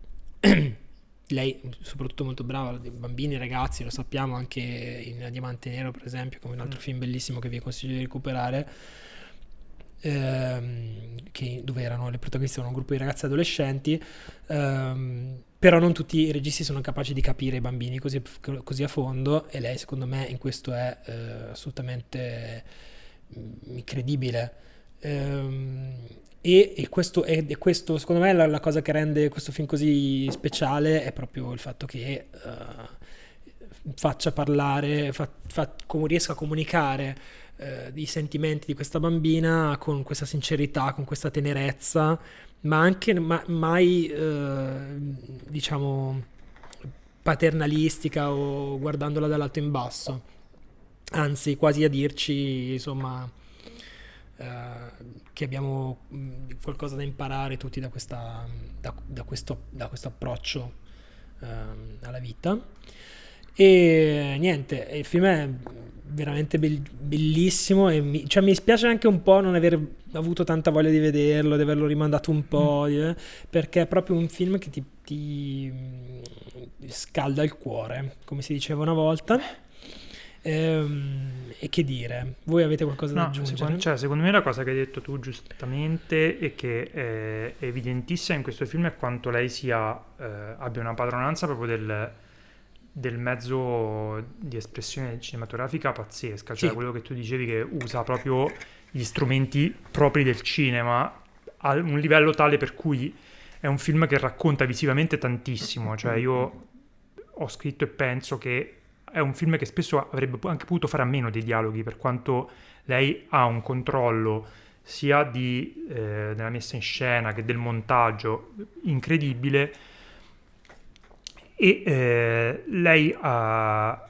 [SPEAKER 3] Lei soprattutto molto brava, bambini, ragazzi, lo sappiamo, anche in Diamante Nero per esempio, come un altro film bellissimo che vi consiglio di recuperare, ehm, che, dove erano le protagoniste erano un gruppo di ragazzi adolescenti, ehm, però non tutti i registi sono capaci di capire i bambini così, così a fondo, e lei secondo me in questo è eh, assolutamente incredibile. ehm, E, e, questo, e, e questo secondo me la, la cosa che rende questo film così speciale è proprio il fatto che uh, faccia parlare, fa, fa, come riesca a comunicare uh, i sentimenti di questa bambina con questa sincerità, con questa tenerezza, ma anche ma, mai uh, diciamo paternalistica o guardandola dall'alto in basso, anzi quasi a dirci insomma Uh, che abbiamo mh, qualcosa da imparare tutti da, questa, da, da, questo, da questo approccio uh, alla vita. E niente, il film è veramente be- bellissimo e mi, cioè, mi spiace anche un po' non aver avuto tanta voglia di vederlo, di averlo rimandato un po', mm. eh, perché è proprio un film che ti, ti scalda il cuore, come si diceva una volta. Ehm, e che dire, voi avete qualcosa da
[SPEAKER 2] no,
[SPEAKER 3] aggiungere?
[SPEAKER 2] Secondo, cioè, secondo me la cosa che hai detto tu giustamente e che è, è evidentissima in questo film è quanto lei sia eh, abbia una padronanza proprio del, del mezzo di espressione cinematografica pazzesca, cioè
[SPEAKER 3] sì.
[SPEAKER 2] Quello che tu dicevi, che usa proprio gli strumenti propri del cinema a un livello tale per cui è un film che racconta visivamente tantissimo. Cioè io ho scritto e penso che è un film che spesso avrebbe anche potuto fare a meno dei dialoghi, per quanto lei ha un controllo sia di, eh, della messa in scena che del montaggio incredibile, e eh, lei ha,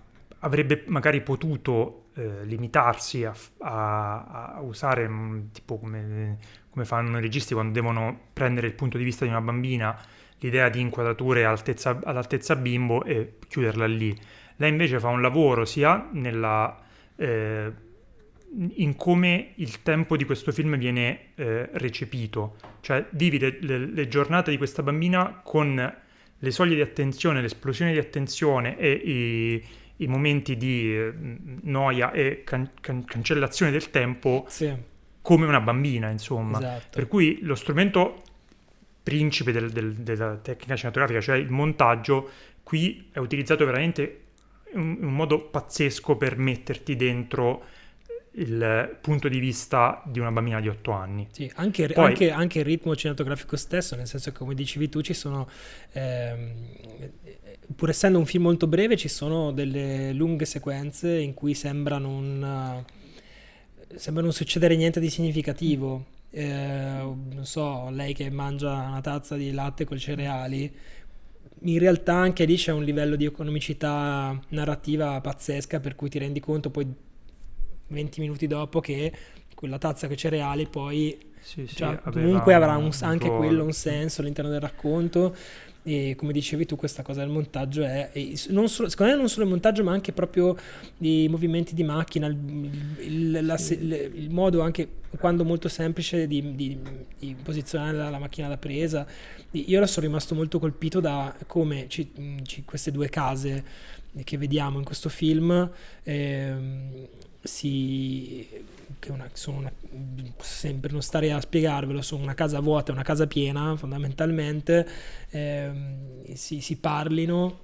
[SPEAKER 2] avrebbe magari potuto eh, limitarsi a, a, a usare mh, tipo come, come fanno i registi quando devono prendere il punto di vista di una bambina, l'idea di inquadrature altezza, all'altezza bimbo e chiuderla lì. Lei invece fa un lavoro sia nella eh, in come il tempo di questo film viene eh, recepito, cioè vivi le, le, le giornate di questa bambina con le soglie di attenzione, l'esplosione di attenzione e i, i momenti di eh, noia e can- can- cancellazione del tempo
[SPEAKER 3] Sì,
[SPEAKER 2] come una bambina, insomma.
[SPEAKER 3] esatto.
[SPEAKER 2] Per cui lo strumento principe del- del- della tecnica cinematografica, cioè il montaggio, qui è utilizzato veramente in in un modo pazzesco per metterti dentro il punto di vista di una bambina di otto anni.
[SPEAKER 3] Sì, anche,
[SPEAKER 2] Poi-
[SPEAKER 3] anche- anche il ritmo cinematografico stesso, nel senso che come dicevi tu ci sono, ehm, pur essendo un film molto breve, ci sono delle lunghe sequenze in cui sembra non, sembra non succedere niente di significativo. Eh, non so, lei che mangia una tazza di latte con cereali, in realtà anche lì c'è un livello di economicità narrativa pazzesca, per cui ti rendi conto poi venti minuti dopo che quella tazza con i cereali poi
[SPEAKER 2] Sì, sì,
[SPEAKER 3] cioè,
[SPEAKER 2] aveva
[SPEAKER 3] comunque avrà un-
[SPEAKER 2] un
[SPEAKER 3] anche
[SPEAKER 2] ruolo.
[SPEAKER 3] quello un senso all'interno del racconto. E come dicevi tu, questa cosa del montaggio è e s- non solo- secondo me non solo il montaggio, ma anche proprio i movimenti di macchina, il, il- la se- il- il modo anche quando molto semplice di, di- di posizionare la, la macchina da presa. Io ora sono rimasto molto colpito da come ci- ci- queste due case che vediamo in questo film ehm, si che una, sono una, sempre non stare a spiegarvelo, sono una casa vuota e una casa piena fondamentalmente, ehm, si, si parlino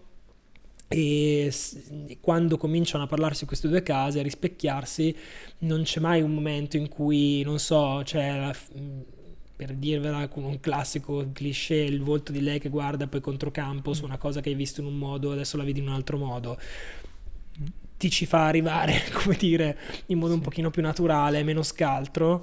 [SPEAKER 3] e s- quando cominciano a parlarsi queste due case, a rispecchiarsi, non c'è mai un momento in cui, non so, c'è la f- per dirvela con un classico cliché, il volto di lei che guarda poi controcampo su una cosa che hai visto in un modo, adesso la vedi in un altro modo. Ti ci fa arrivare, come dire, in modo un pochino più naturale, meno scaltro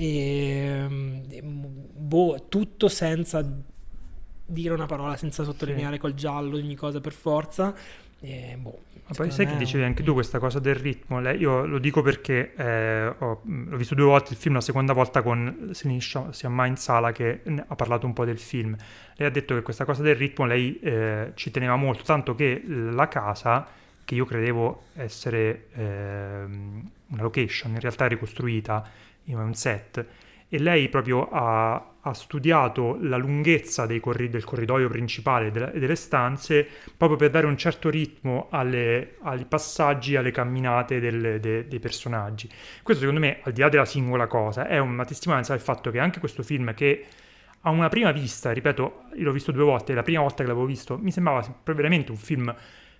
[SPEAKER 3] e, e, boh, tutto senza dire una parola, senza sottolineare col giallo ogni cosa per forza. E, boh,
[SPEAKER 2] Ma poi
[SPEAKER 3] secondo
[SPEAKER 2] sai
[SPEAKER 3] me
[SPEAKER 2] che
[SPEAKER 3] è
[SPEAKER 2] dicevi
[SPEAKER 3] un-
[SPEAKER 2] anche tu questa cosa del ritmo? Lei- io lo dico perché eh, ho, l'ho visto due volte il film, la seconda volta con Sinisha Siamma in sala che ne ha parlato un po' del film. Lei ha detto che questa cosa del ritmo lei eh, ci teneva molto, tanto che la casa, che io credevo essere ehm, una location, in realtà è ricostruita, è un set, e lei proprio ha, ha studiato la lunghezza dei corri- del corridoio principale della- e delle stanze proprio per dare un certo ritmo alle- ai passaggi, alle camminate del- de- dei personaggi. Questo secondo me, al di là della singola cosa, è una testimonianza del fatto che anche questo film, che a una prima vista, ripeto, io l'ho visto due volte, la prima volta che l'avevo visto mi sembrava proprio veramente un film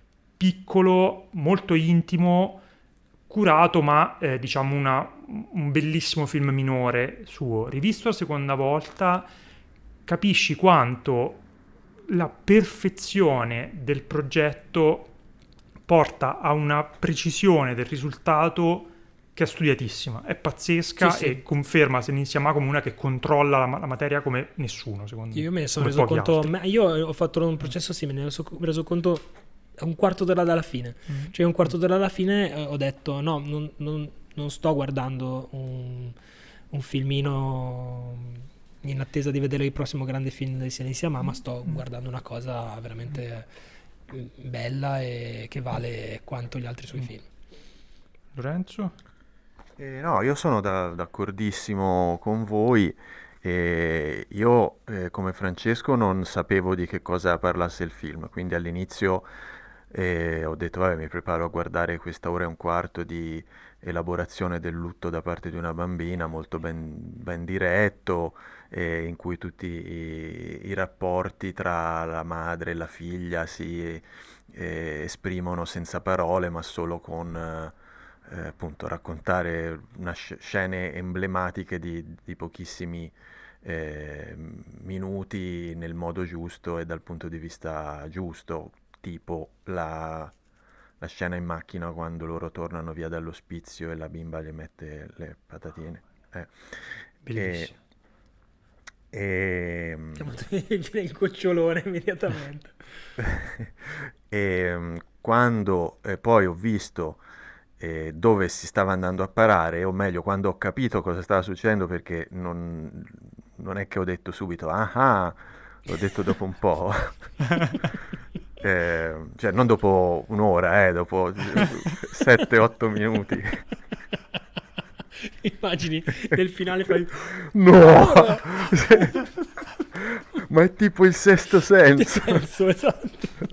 [SPEAKER 2] piccolo, molto intimo, curato, ma eh, diciamo una- un bellissimo film minore suo. Rivisto la seconda volta, capisci quanto la perfezione del progetto porta a una precisione del risultato che è studiatissima, è pazzesca
[SPEAKER 3] Sì, sì.
[SPEAKER 2] e conferma Céline Sciamma come una che controlla la, ma- la materia come nessuno, secondo me.
[SPEAKER 3] Io me ne sono
[SPEAKER 2] come
[SPEAKER 3] reso
[SPEAKER 2] pochi
[SPEAKER 3] conto,
[SPEAKER 2] altri.
[SPEAKER 3] ma io ho fatto un processo simile, mi sono reso conto a un quarto d'ora dalla fine.
[SPEAKER 2] Mm.
[SPEAKER 3] Cioè un quarto d'ora alla fine eh, ho detto no, non, non- non sto guardando un, un filmino in attesa di vedere il prossimo grande film di Céline Sciamma, ma sto guardando una cosa veramente mm, bella e che vale quanto gli altri suoi film.
[SPEAKER 2] Lorenzo?
[SPEAKER 4] Eh, no, io sono da- d'accordissimo con voi. E io, eh, come Francesco, non sapevo di che cosa parlasse il film, quindi all'inizio eh, ho detto, vabbè, mi preparo a guardare questa ora e un quarto di elaborazione del lutto da parte di una bambina, molto ben, ben diretto, eh, in cui tutti i, i rapporti tra la madre e la figlia si eh, esprimono senza parole, ma solo con eh, eh, appunto raccontare una sc- scene emblematiche di, di pochissimi eh, minuti nel modo giusto e dal punto di vista giusto, tipo la, la scena in macchina quando loro tornano via dall'ospizio e la bimba gli mette le patatine. Eh.
[SPEAKER 2] Bellissimo.
[SPEAKER 4] E,
[SPEAKER 3] Siamo il gocciolone immediatamente.
[SPEAKER 4] e, quando eh, poi ho visto eh, dove si stava andando a parare, o meglio, quando ho capito cosa stava succedendo, perché non, non è che ho detto subito, ah, l'ho detto dopo un po', eh, cioè non dopo un'ora, eh, dopo sette otto minuti.
[SPEAKER 3] Immagini nel finale fai...
[SPEAKER 4] No! Ma è tipo il sesto senso.
[SPEAKER 3] senso, esatto.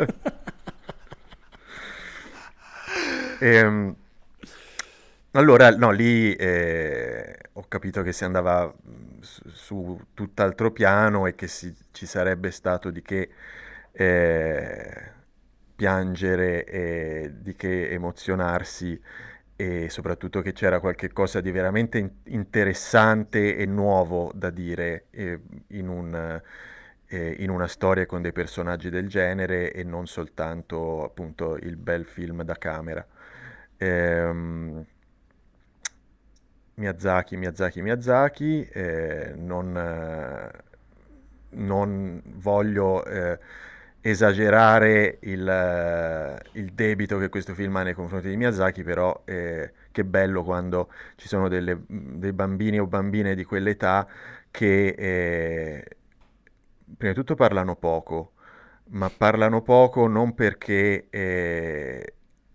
[SPEAKER 4] Ehm, allora, no, lì eh, ho capito che si andava mh, su, su tutt'altro piano e che si- ci sarebbe stato di che eh, piangere e di che emozionarsi e soprattutto che c'era qualche cosa di veramente in- interessante e nuovo da dire eh, in un, eh, in una storia con dei personaggi del genere e non soltanto appunto il bel film da camera. Ehm, Miyazaki, Miyazaki, Miyazaki, eh, non, eh, non voglio eh, esagerare il, eh, il debito che questo film ha nei confronti di Miyazaki, però eh, che bello quando ci sono delle- dei bambini o bambine di quell'età che eh, prima di tutto parlano poco, ma parlano poco non perché eh,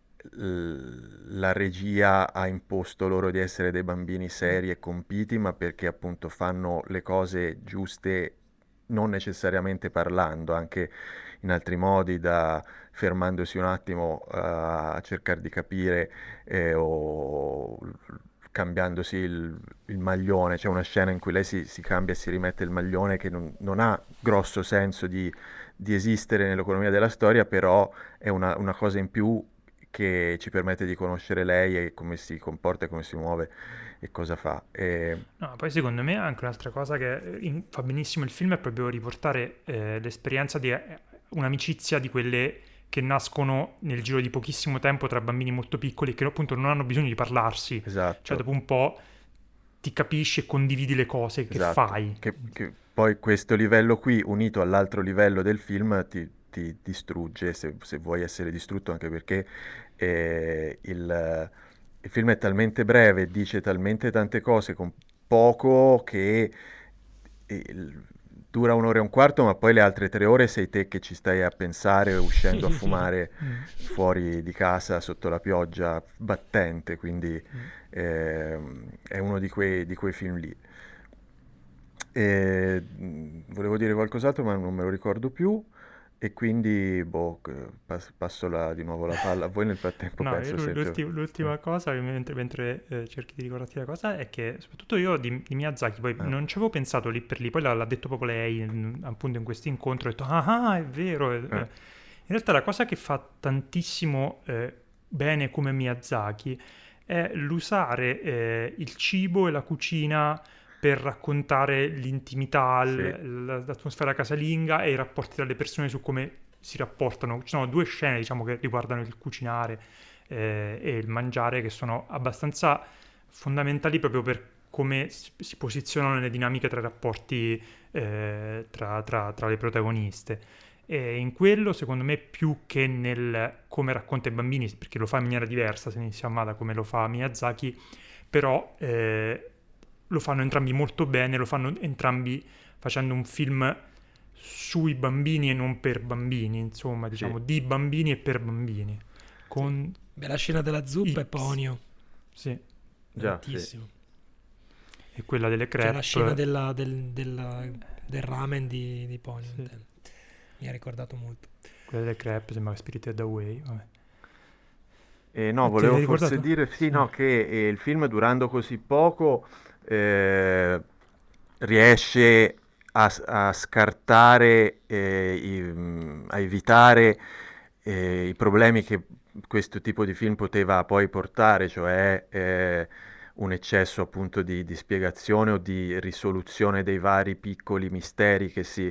[SPEAKER 4] l- la regia ha imposto loro di essere dei bambini seri e compiti, ma perché appunto fanno le cose giuste, non necessariamente parlando, anche in altri modi, da fermandosi un attimo eh, a cercare di capire eh, o cambiandosi il, il maglione. C'è una scena in cui lei si, si cambia e si rimette il maglione che non, non ha grosso senso di, di esistere nell'economia della storia, però è una, una cosa in più che ci permette di conoscere lei e come si comporta, come si muove e cosa fa. E...
[SPEAKER 2] No, poi secondo me anche un'altra cosa che in- fa benissimo il film è proprio riportare eh, l'esperienza di eh, un'amicizia di quelle che nascono nel giro di pochissimo tempo tra bambini molto piccoli che appunto non hanno bisogno di parlarsi. Cioè
[SPEAKER 4] Esatto,
[SPEAKER 2] dopo un po' ti capisci e condividi le cose che
[SPEAKER 4] esatto.
[SPEAKER 2] fai.
[SPEAKER 4] Che, che poi questo livello qui, unito all'altro livello del film, ti, ti distrugge se, se vuoi essere distrutto, anche perché eh, il, il film è talmente breve, dice talmente tante cose con poco che il- dura un'ora e un quarto, ma poi le altre tre ore sei te che ci stai a pensare uscendo a fumare
[SPEAKER 2] Mm.
[SPEAKER 4] fuori di casa sotto la pioggia battente, quindi
[SPEAKER 2] Mm.
[SPEAKER 4] ehm, è uno di quei, di quei film lì. E, mh, volevo dire qualcos'altro, ma non me lo ricordo più. E quindi, boh, c- pas- passo la- di nuovo la palla a voi. Nel frattempo
[SPEAKER 2] No, io
[SPEAKER 4] penso
[SPEAKER 2] l'u-
[SPEAKER 4] sempre...
[SPEAKER 2] l'ulti- l'ultima cosa, che mentre, mentre, eh, cerchi di ricordarti la cosa, è che soprattutto io di, di Miyazaki, poi
[SPEAKER 4] Ah,
[SPEAKER 2] non ci avevo pensato lì per lì, poi l'ha, l'ha detto proprio lei, in- appunto in questo incontro, ho detto, ah, ah, è vero. eh,
[SPEAKER 4] eh,
[SPEAKER 2] eh." In realtà la cosa che fa tantissimo eh, bene come Miyazaki è l'usare eh, il cibo e la cucina per raccontare l'intimità,
[SPEAKER 4] sì,
[SPEAKER 2] l- l- l'atmosfera casalinga e i rapporti tra le persone su come si rapportano. Ci sono due scene, diciamo, che riguardano il cucinare eh, e il mangiare, che sono abbastanza fondamentali proprio per come si si posizionano nelle dinamiche tra i rapporti eh, tra, tra- tra le protagoniste. E in quello, secondo me, più che nel come racconta i bambini, perché lo fa in maniera diversa se iniziamo da come lo fa Miyazaki, però eh, lo fanno entrambi molto bene, lo fanno entrambi facendo un film sui bambini e non per bambini, insomma,
[SPEAKER 4] sì,
[SPEAKER 2] diciamo di bambini e per bambini,
[SPEAKER 3] Sì.
[SPEAKER 2] con
[SPEAKER 3] Beh, la scena della zuppa
[SPEAKER 2] i
[SPEAKER 3] è Ponio,
[SPEAKER 2] sì,
[SPEAKER 4] già, sì.
[SPEAKER 3] tantissimo.
[SPEAKER 2] e quella delle
[SPEAKER 3] Cioè la scena
[SPEAKER 2] crepe,
[SPEAKER 3] della- del, della- del ramen di, di Ponio,
[SPEAKER 2] sì,
[SPEAKER 3] intendo. Mi ha ricordato molto.
[SPEAKER 2] quella delle crepe sembra Spirited Away, vabbè.
[SPEAKER 4] E no,
[SPEAKER 2] E ti
[SPEAKER 4] volevo
[SPEAKER 2] hai
[SPEAKER 4] forse
[SPEAKER 2] ricordato?
[SPEAKER 4] dire, sì,
[SPEAKER 2] Sì.
[SPEAKER 4] no, che eh, il film durando così poco eh, riesce a, a scartare, eh, i- mm, a evitare eh, i problemi che questo tipo di film poteva poi portare, cioè eh, un eccesso appunto di, di spiegazione o di risoluzione dei vari piccoli misteri che si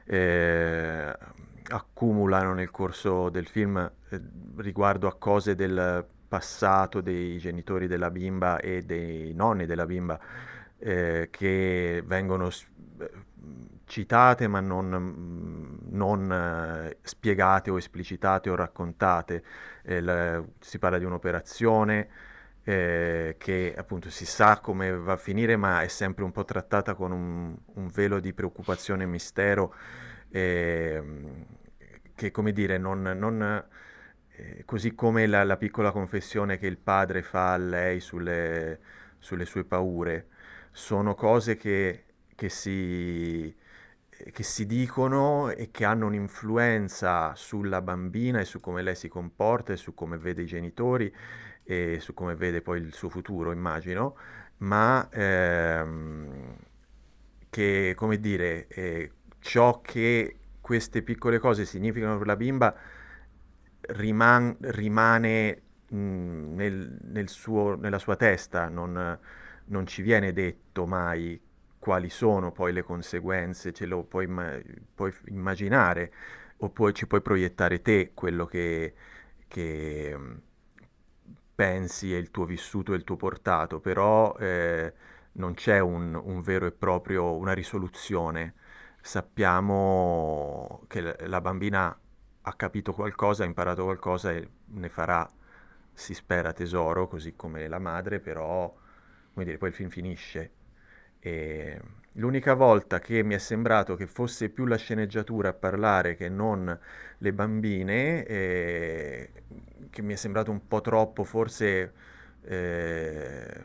[SPEAKER 4] eh, accumulano nel corso del film eh, riguardo a cose del passato dei genitori della bimba e dei nonni della bimba eh, che vengono s- eh, citate ma non, non eh, spiegate o esplicitate o raccontate. Eh, la- si parla di un'operazione eh, che appunto si sa come va a finire, ma è sempre un po' trattata con un, un velo di preoccupazione e mistero, ehm, che come dire, non, non, eh, così come la, la piccola confessione che il padre fa a lei sulle, sulle sue paure, sono cose che, che si, che si dicono e che hanno un'influenza sulla bambina e su come lei si comporta e su come vede i genitori e su come vede poi il suo futuro, immagino, ma ehm, che, come dire, eh, ciò che queste piccole cose significano per la bimba riman- rimane mh, nel, nel suo- nella sua testa, non, non ci viene detto mai quali sono poi le conseguenze, ce lo puoi, imma- puoi immaginare o poi ci puoi proiettare te quello che, che mh, pensi e il tuo vissuto e il tuo portato, però eh, non c'è un, un vero e proprio, una risoluzione. Sappiamo che l- la bambina ha capito qualcosa, ha imparato qualcosa e ne farà, si spera, tesoro, così come la madre, però, come dire, poi il film finisce. E l'unica volta che mi è sembrato che fosse più la sceneggiatura a parlare che non le bambine, eh, che mi è sembrato un po' troppo, forse, eh,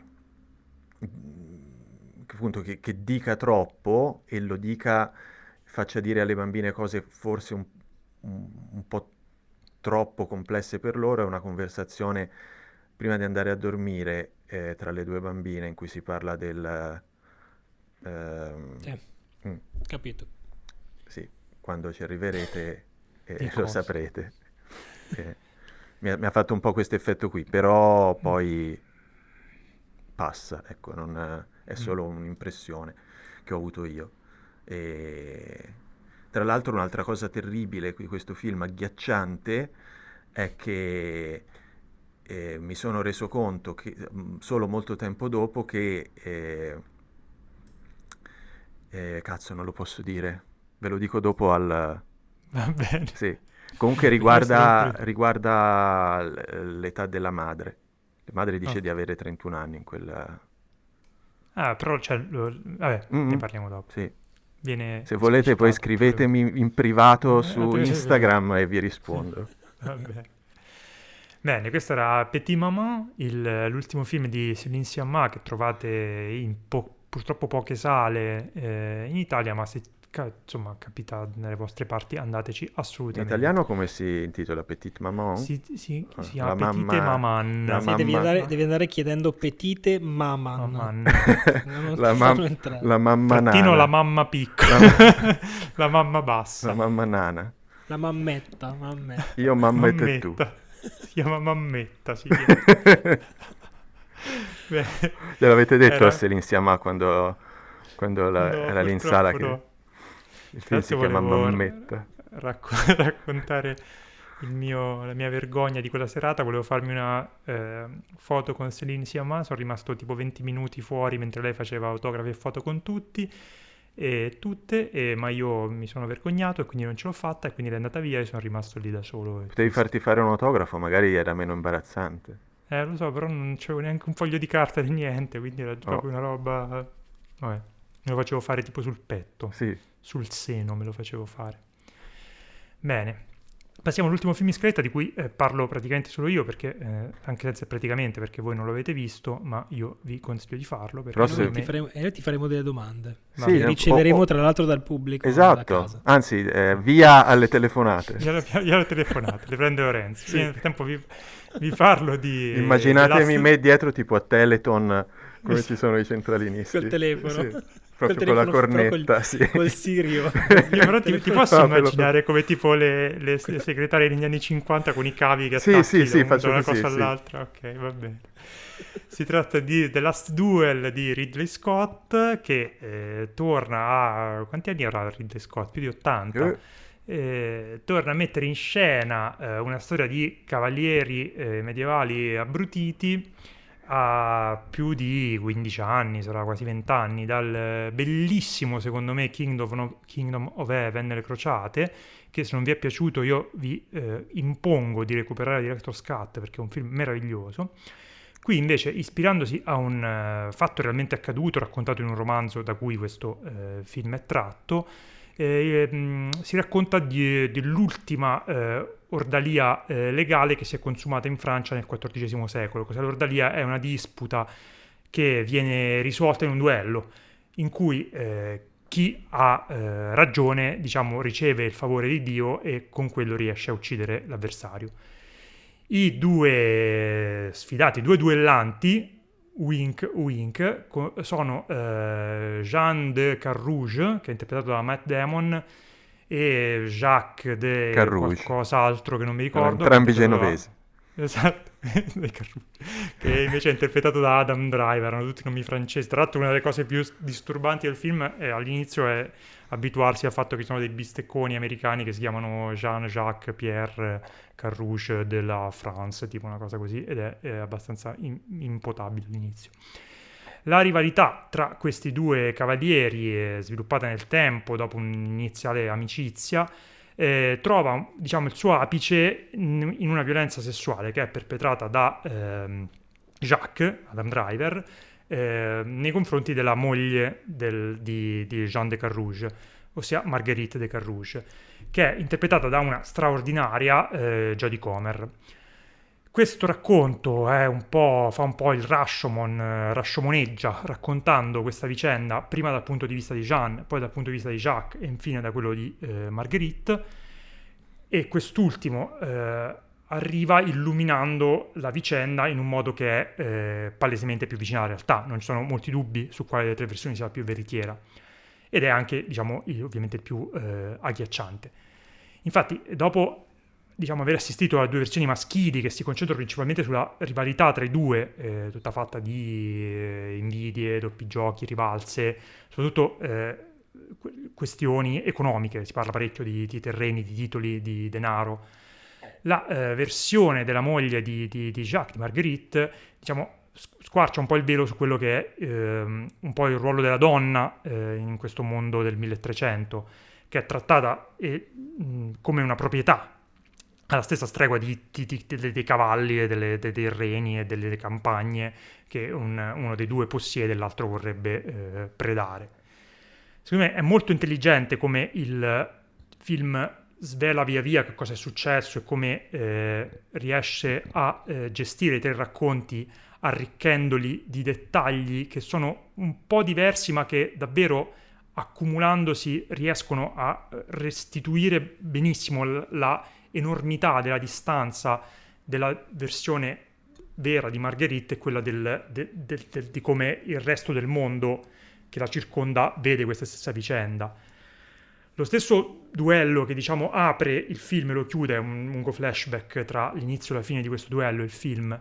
[SPEAKER 4] che appunto, che, che dica troppo e lo dica, faccia dire alle bambine cose forse un, un- un po' troppo complesse per loro, è una conversazione prima di andare a dormire eh, tra le due bambine in cui si parla del... ehm,
[SPEAKER 3] Sì,
[SPEAKER 4] mm,
[SPEAKER 3] capito.
[SPEAKER 4] sì, quando ci arriverete
[SPEAKER 2] Di
[SPEAKER 4] eh, lo
[SPEAKER 2] cosa?
[SPEAKER 4] saprete. Eh, mi ha, mi ha fatto un po' questo effetto qui, però
[SPEAKER 2] Mm,
[SPEAKER 4] poi passa, ecco, non è
[SPEAKER 2] mm.
[SPEAKER 4] solo un'impressione che ho avuto io. E tra l'altro un'altra cosa terribile di questo film, agghiacciante, è che eh, mi sono reso conto che mh, solo molto tempo dopo che eh, eh, cazzo, non lo posso dire, ve lo dico dopo al...
[SPEAKER 2] Va bene.
[SPEAKER 4] Sì, comunque
[SPEAKER 2] Vediamo se lo
[SPEAKER 4] riguarda,
[SPEAKER 2] includo.
[SPEAKER 4] riguarda l- l'età della madre. La madre dice di
[SPEAKER 2] Ok.
[SPEAKER 4] avere trentuno anni in quella...
[SPEAKER 2] Ah, però, cioè, lo- vabbè, ne
[SPEAKER 4] Mm,
[SPEAKER 2] parliamo dopo.
[SPEAKER 4] sì.
[SPEAKER 2] Viene
[SPEAKER 4] Se volete poi
[SPEAKER 2] esplicitato più veloce.
[SPEAKER 4] scrivetemi in privato
[SPEAKER 2] Eh,
[SPEAKER 4] su Instagram e vi rispondo.
[SPEAKER 2] Va bene. Bene, questo era Petit Maman, il- l'ultimo film di Céline Sciamma che trovate in po- purtroppo poche sale eh, in Italia, ma se ca- insomma capita nelle vostre parti andateci
[SPEAKER 4] In
[SPEAKER 2] assolutamente.
[SPEAKER 4] italiano come si intitola? Petite Maman?
[SPEAKER 2] Si, si,
[SPEAKER 4] Ah,
[SPEAKER 2] si chiama
[SPEAKER 4] la
[SPEAKER 2] Petite
[SPEAKER 4] mamma...
[SPEAKER 2] Maman.
[SPEAKER 4] La
[SPEAKER 3] Sì, devi
[SPEAKER 4] mamma...
[SPEAKER 3] andare, devi andare chiedendo petite maman.
[SPEAKER 2] Maman.
[SPEAKER 3] Non, non
[SPEAKER 4] La,
[SPEAKER 3] ti
[SPEAKER 4] mam-
[SPEAKER 3] fanno entrare.
[SPEAKER 4] la mamma
[SPEAKER 2] Trattino la
[SPEAKER 4] nana.
[SPEAKER 2] mamma piccola.
[SPEAKER 4] La,
[SPEAKER 2] La mamma
[SPEAKER 4] la
[SPEAKER 2] bassa.
[SPEAKER 4] mamma nana.
[SPEAKER 3] La mammetta, mammetta.
[SPEAKER 4] Io mamma e tu.
[SPEAKER 2] Mammetta. Si chiama Mammetta, si chiama. Beh,
[SPEAKER 4] Gliel'avete detto a
[SPEAKER 2] era...
[SPEAKER 4] Céline Sciamma quando, quando la-
[SPEAKER 2] No,
[SPEAKER 4] era lì in sala
[SPEAKER 2] purtroppo
[SPEAKER 4] che
[SPEAKER 2] no.
[SPEAKER 4] il
[SPEAKER 2] Tra
[SPEAKER 4] film si
[SPEAKER 2] l'altro
[SPEAKER 4] chiama
[SPEAKER 2] volevo r-
[SPEAKER 4] Mammetta.
[SPEAKER 2] racco- raccontare il mio- la mia vergogna di quella serata. Volevo farmi una eh, foto con Céline Sciamma. Sono rimasto tipo venti minuti fuori mentre lei faceva autografi e foto con tutti e tutte, e- ma io mi sono vergognato e quindi non ce l'ho fatta e quindi lei è andata via e sono rimasto lì da solo. E
[SPEAKER 4] Potevi
[SPEAKER 2] triste.
[SPEAKER 4] farti fare un autografo, magari era meno imbarazzante.
[SPEAKER 2] Eh, lo so, però non c'avevo neanche un foglio di carta di niente, quindi era
[SPEAKER 4] Oh,
[SPEAKER 2] proprio una roba... Vabbè, me lo facevo fare tipo sul petto,
[SPEAKER 4] sì.
[SPEAKER 2] sul seno me lo facevo fare. Bene, passiamo all'ultimo film in scaletta di cui eh, parlo praticamente solo io, perché eh, anche senza praticamente, perché voi non lo avete visto, ma io vi consiglio di farlo, perché
[SPEAKER 4] Però
[SPEAKER 3] E noi
[SPEAKER 4] se-
[SPEAKER 2] secondo
[SPEAKER 3] ti
[SPEAKER 2] me...
[SPEAKER 3] faremo, e noi ti faremo delle domande.
[SPEAKER 2] Va
[SPEAKER 4] Sì,
[SPEAKER 3] Che
[SPEAKER 2] bene.
[SPEAKER 4] no,
[SPEAKER 3] riceveremo
[SPEAKER 4] oh, oh,
[SPEAKER 3] tra l'altro dal pubblico da
[SPEAKER 4] esatto.
[SPEAKER 3] casa.
[SPEAKER 4] Anzi, eh, via alle telefonate.
[SPEAKER 2] Glielo, glielo telefonate, le prende Lorenzo. Io nel frattempo vi, vi parlo di... eh,
[SPEAKER 4] Immaginatemi
[SPEAKER 2] The Last-
[SPEAKER 4] me dietro tipo a Teleton, come ci sono i centralinisti.
[SPEAKER 3] Col telefono.
[SPEAKER 4] Sì,
[SPEAKER 3] Col
[SPEAKER 4] proprio con la
[SPEAKER 3] telefono, però
[SPEAKER 4] cornetta,
[SPEAKER 3] col,
[SPEAKER 4] sì.
[SPEAKER 3] col Sirio.
[SPEAKER 2] Io però ti, ti posso
[SPEAKER 4] No, ve lo-
[SPEAKER 2] immaginare come tipo le, le, le segretarie negli anni cinquanta con i cavi che
[SPEAKER 4] Sì,
[SPEAKER 2] attacchi
[SPEAKER 4] sì, sì,
[SPEAKER 2] da, un-
[SPEAKER 4] faccio
[SPEAKER 2] da una
[SPEAKER 4] così,
[SPEAKER 2] cosa
[SPEAKER 4] sì.
[SPEAKER 2] all'altra. Ok, va bene. Si tratta di The Last Duel di Ridley Scott che eh, torna a... Quanti anni avrà Ridley Scott? Più di ottanta.
[SPEAKER 4] Eh,
[SPEAKER 2] Eh, torna a mettere in scena eh, una storia di cavalieri eh, medievali abbrutiti ha più di quindici anni, sarà quasi venti anni, dal bellissimo, secondo me, Kingdom of, Kingdom of Heaven, Le Crociate, che se non vi è piaciuto io vi eh, impongo di recuperare Director's Cut, perché è un film meraviglioso. Qui invece, ispirandosi a un uh, fatto realmente accaduto, raccontato in un romanzo da cui questo uh, film è tratto, eh, mh, si racconta di, dell'ultima uh, ordalia uh, legale che si è consumata in Francia nel quattordicesimo secolo. Cos'è l'ordalia? È una disputa che viene risolta in un duello, in cui uh, chi ha uh, ragione, diciamo, riceve il favore di Dio e con quello riesce a uccidere l'avversario. I due sfidati, i due duellanti, wink wink, co- sono uh, Jean de Carrouge, che è interpretato da Matt Damon, e Jacques de
[SPEAKER 4] Carrouge.
[SPEAKER 2] qualcos'altro che non mi
[SPEAKER 4] Erano
[SPEAKER 2] ricordo.
[SPEAKER 4] entrambi
[SPEAKER 2] che è interpretato
[SPEAKER 4] genovesi.
[SPEAKER 2] da- Esatto, De Carrouge, che invece è interpretato da Adam Driver, erano tutti nomi francesi. Tra l'altro una delle cose più disturbanti del film è, all'inizio è abituarsi al fatto che ci sono dei bistecconi americani che si chiamano Jean-Jacques Pierre Carrouge de la France, tipo una cosa così, ed è, è abbastanza in- impotabile all'inizio. La rivalità tra questi due cavalieri è sviluppata nel tempo dopo un'iniziale amicizia. Eh, trova, diciamo, il suo apice in, in una violenza sessuale che è perpetrata da ehm, Jacques, Adam Driver, eh, nei confronti della moglie del- di, di Jean de Carrouge, ossia Marguerite de Carrouge, che è interpretata da una straordinaria eh, Jodie Comer. Questo racconto è un po', fa un po' il Rashomon, eh, rashomoneggia, raccontando questa vicenda prima dal punto di vista di Jean, poi dal punto di vista di Jacques e infine da quello di eh, Marguerite, e quest'ultimo eh, arriva illuminando la vicenda in un modo che è eh, palesemente più vicino alla realtà. Non ci sono molti dubbi su quale delle tre versioni sia la più veritiera, ed è anche, diciamo, il- ovviamente il più eh, agghiacciante. Infatti, dopo, diciamo, aver assistito a due versioni maschili che si concentrano principalmente sulla rivalità tra i due, eh, tutta fatta di eh, invidie, doppi giochi, rivalse, soprattutto eh, que- questioni economiche, si parla parecchio di, di terreni, di titoli, di denaro. La eh, versione della moglie di, di, di Jacques, di Marguerite, diciamo, s- squarcia un po' il velo su quello che è ehm, un po' il ruolo della donna eh, in questo mondo del milletrecento, che è trattata eh, mh, come una proprietà, alla stessa stregua di, di- di- dei, dei cavalli e delle, dei terreni e delle campagne che un- uno dei due possiede e l'altro vorrebbe eh, predare. Secondo me è molto intelligente come il film svela via via che cosa è successo e come eh, riesce a eh, gestire i tre racconti arricchendoli di dettagli che sono un po' diversi ma che davvero accumulandosi riescono a restituire benissimo l- la enormità della distanza della versione vera di Marguerite e quella del- de- del- del- di come il resto del mondo che la circonda vede questa stessa vicenda. Lo stesso duello che, diciamo, apre il film e lo chiude, è un lungo flashback tra l'inizio e la fine di questo duello e il film,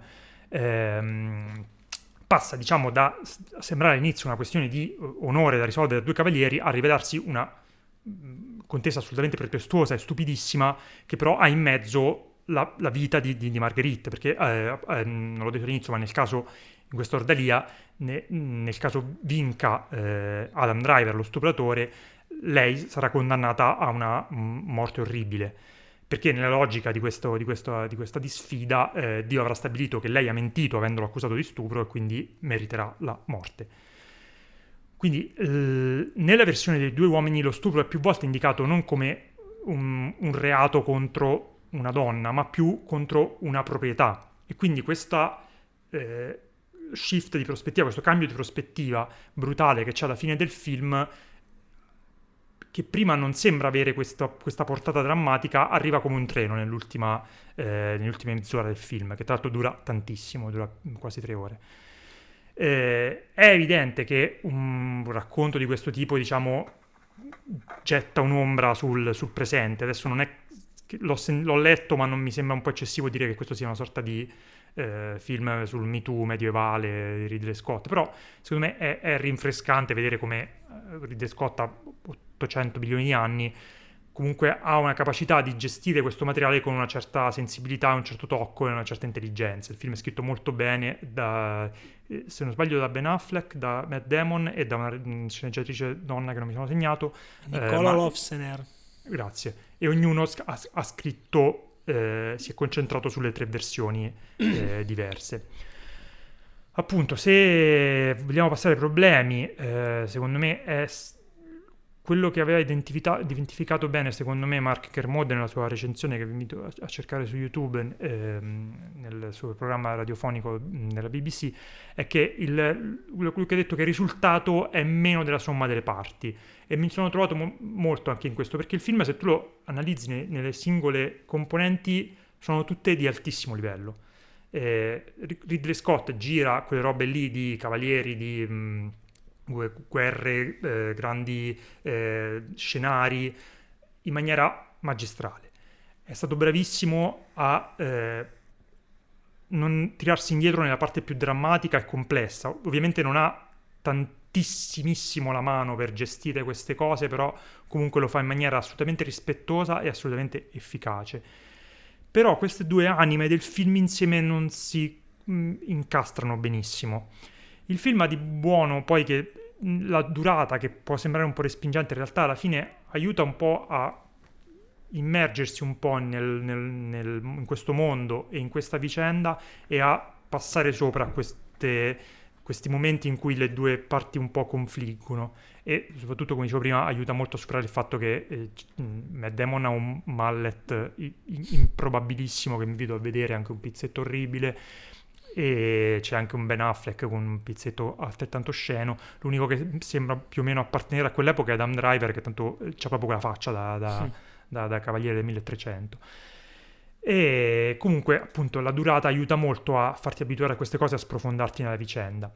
[SPEAKER 2] ehm, passa, diciamo, da s- sembrare all'inizio una questione di eh, onore da risolvere da due cavalieri a rivelarsi una mh, contesa assolutamente pretestuosa e stupidissima, che però ha in mezzo la, la vita di, di, di Marguerite, perché, eh, eh, non l'ho detto all'inizio, ma nel caso, in questa ordalia, ne- nel caso vinca eh, Adam Driver, lo stupratore, lei sarà condannata a una mm, morte orribile, perché nella logica di, questo, di, questo, di questa disfida eh, Dio avrà stabilito che lei ha mentito avendolo accusato di stupro e quindi meriterà la morte. Quindi eh, nella versione dei due uomini lo stupro è più volte indicato non come un, un reato contro una donna, ma più contro una proprietà. E quindi questa eh, shift di prospettiva, questo cambio di prospettiva brutale che c'è alla fine del film, che prima non sembra avere questa, questa portata drammatica, arriva come un treno nell'ultima, eh, nelle ultime mezz'ora del film, che tra l'altro dura tantissimo, dura quasi tre ore. Eh, è evidente che un racconto di questo tipo, diciamo, getta un'ombra sul, sul presente. Adesso non è che l'ho, sen- l'ho letto, ma non mi sembra un po' eccessivo dire che questo sia una sorta di eh, film sul Me Too medievale di Ridley Scott, però secondo me è, è rinfrescante vedere come eh, Ridley Scott ha ottocento milioni di anni comunque ha una capacità di gestire questo materiale con una certa sensibilità, un certo tocco e una certa intelligenza. Il film è scritto molto bene da, se non sbaglio, da Ben Affleck, da Matt Damon e da una sceneggiatrice donna che non mi sono segnato,
[SPEAKER 3] Nicola
[SPEAKER 2] eh, ma...
[SPEAKER 3] Lofsener.
[SPEAKER 2] Grazie. E ognuno ha, ha scritto, eh, si è concentrato sulle tre versioni eh, diverse. Appunto, se vogliamo passare ai problemi, eh, secondo me è quello che aveva identifica- identificato bene, secondo me, Mark Kermode nella sua recensione, che vi invito a, a cercare su YouTube, ehm, nel suo programma radiofonico della B B C, è che il, quello che ha detto che il risultato è meno della somma delle parti. E mi sono trovato mo- molto anche in questo, perché il film, se tu lo analizzi ne- nelle singole componenti, sono tutte di altissimo livello. Eh, Ridley Scott gira quelle robe lì di cavalieri, di... Mh, guerre, eh, grandi eh, scenari in maniera magistrale. È stato bravissimo a eh, non tirarsi indietro nella parte più drammatica e complessa. Ovviamente non ha tantissimissimo la mano per gestire queste cose, però comunque lo fa in maniera assolutamente rispettosa e assolutamente efficace. Però queste due anime del film insieme non si mh, incastrano benissimo. Il film ha di buono poi che la durata, che può sembrare un po' respingente, in realtà alla fine aiuta un po' a immergersi un po' nel, nel, nel, in questo mondo e in questa vicenda e a passare sopra queste, questi momenti in cui le due parti un po' confliggono. E soprattutto, come dicevo prima, aiuta molto a superare il fatto che eh, Matt Damon ha un mallet improbabilissimo che mi invito a vedere, anche un pizzetto orribile, e c'è anche un Ben Affleck con un pizzetto altrettanto osceno. L'unico che sembra più o meno appartenere a quell'epoca è Adam Driver, che tanto c'ha proprio quella faccia da, da, sì. da, da cavaliere del milletrecento. E comunque, appunto, la durata aiuta molto a farti abituare a queste cose, a sprofondarti nella vicenda.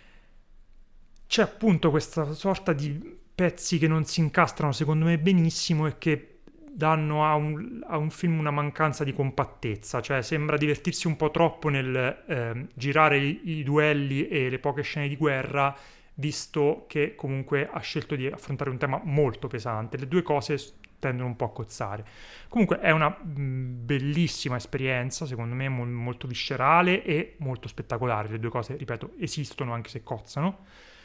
[SPEAKER 2] C'è appunto questa sorta di pezzi che non si incastrano secondo me benissimo e che danno a un, a un film una mancanza di compattezza, cioè sembra divertirsi un po' troppo nel eh, girare i, i duelli e le poche scene di guerra, visto che comunque ha scelto di affrontare un tema molto pesante. Le due cose tendono un po' a cozzare. Comunque è una mh, bellissima esperienza, secondo me mo- molto viscerale e molto spettacolare. Le due cose, ripeto, esistono anche se cozzano.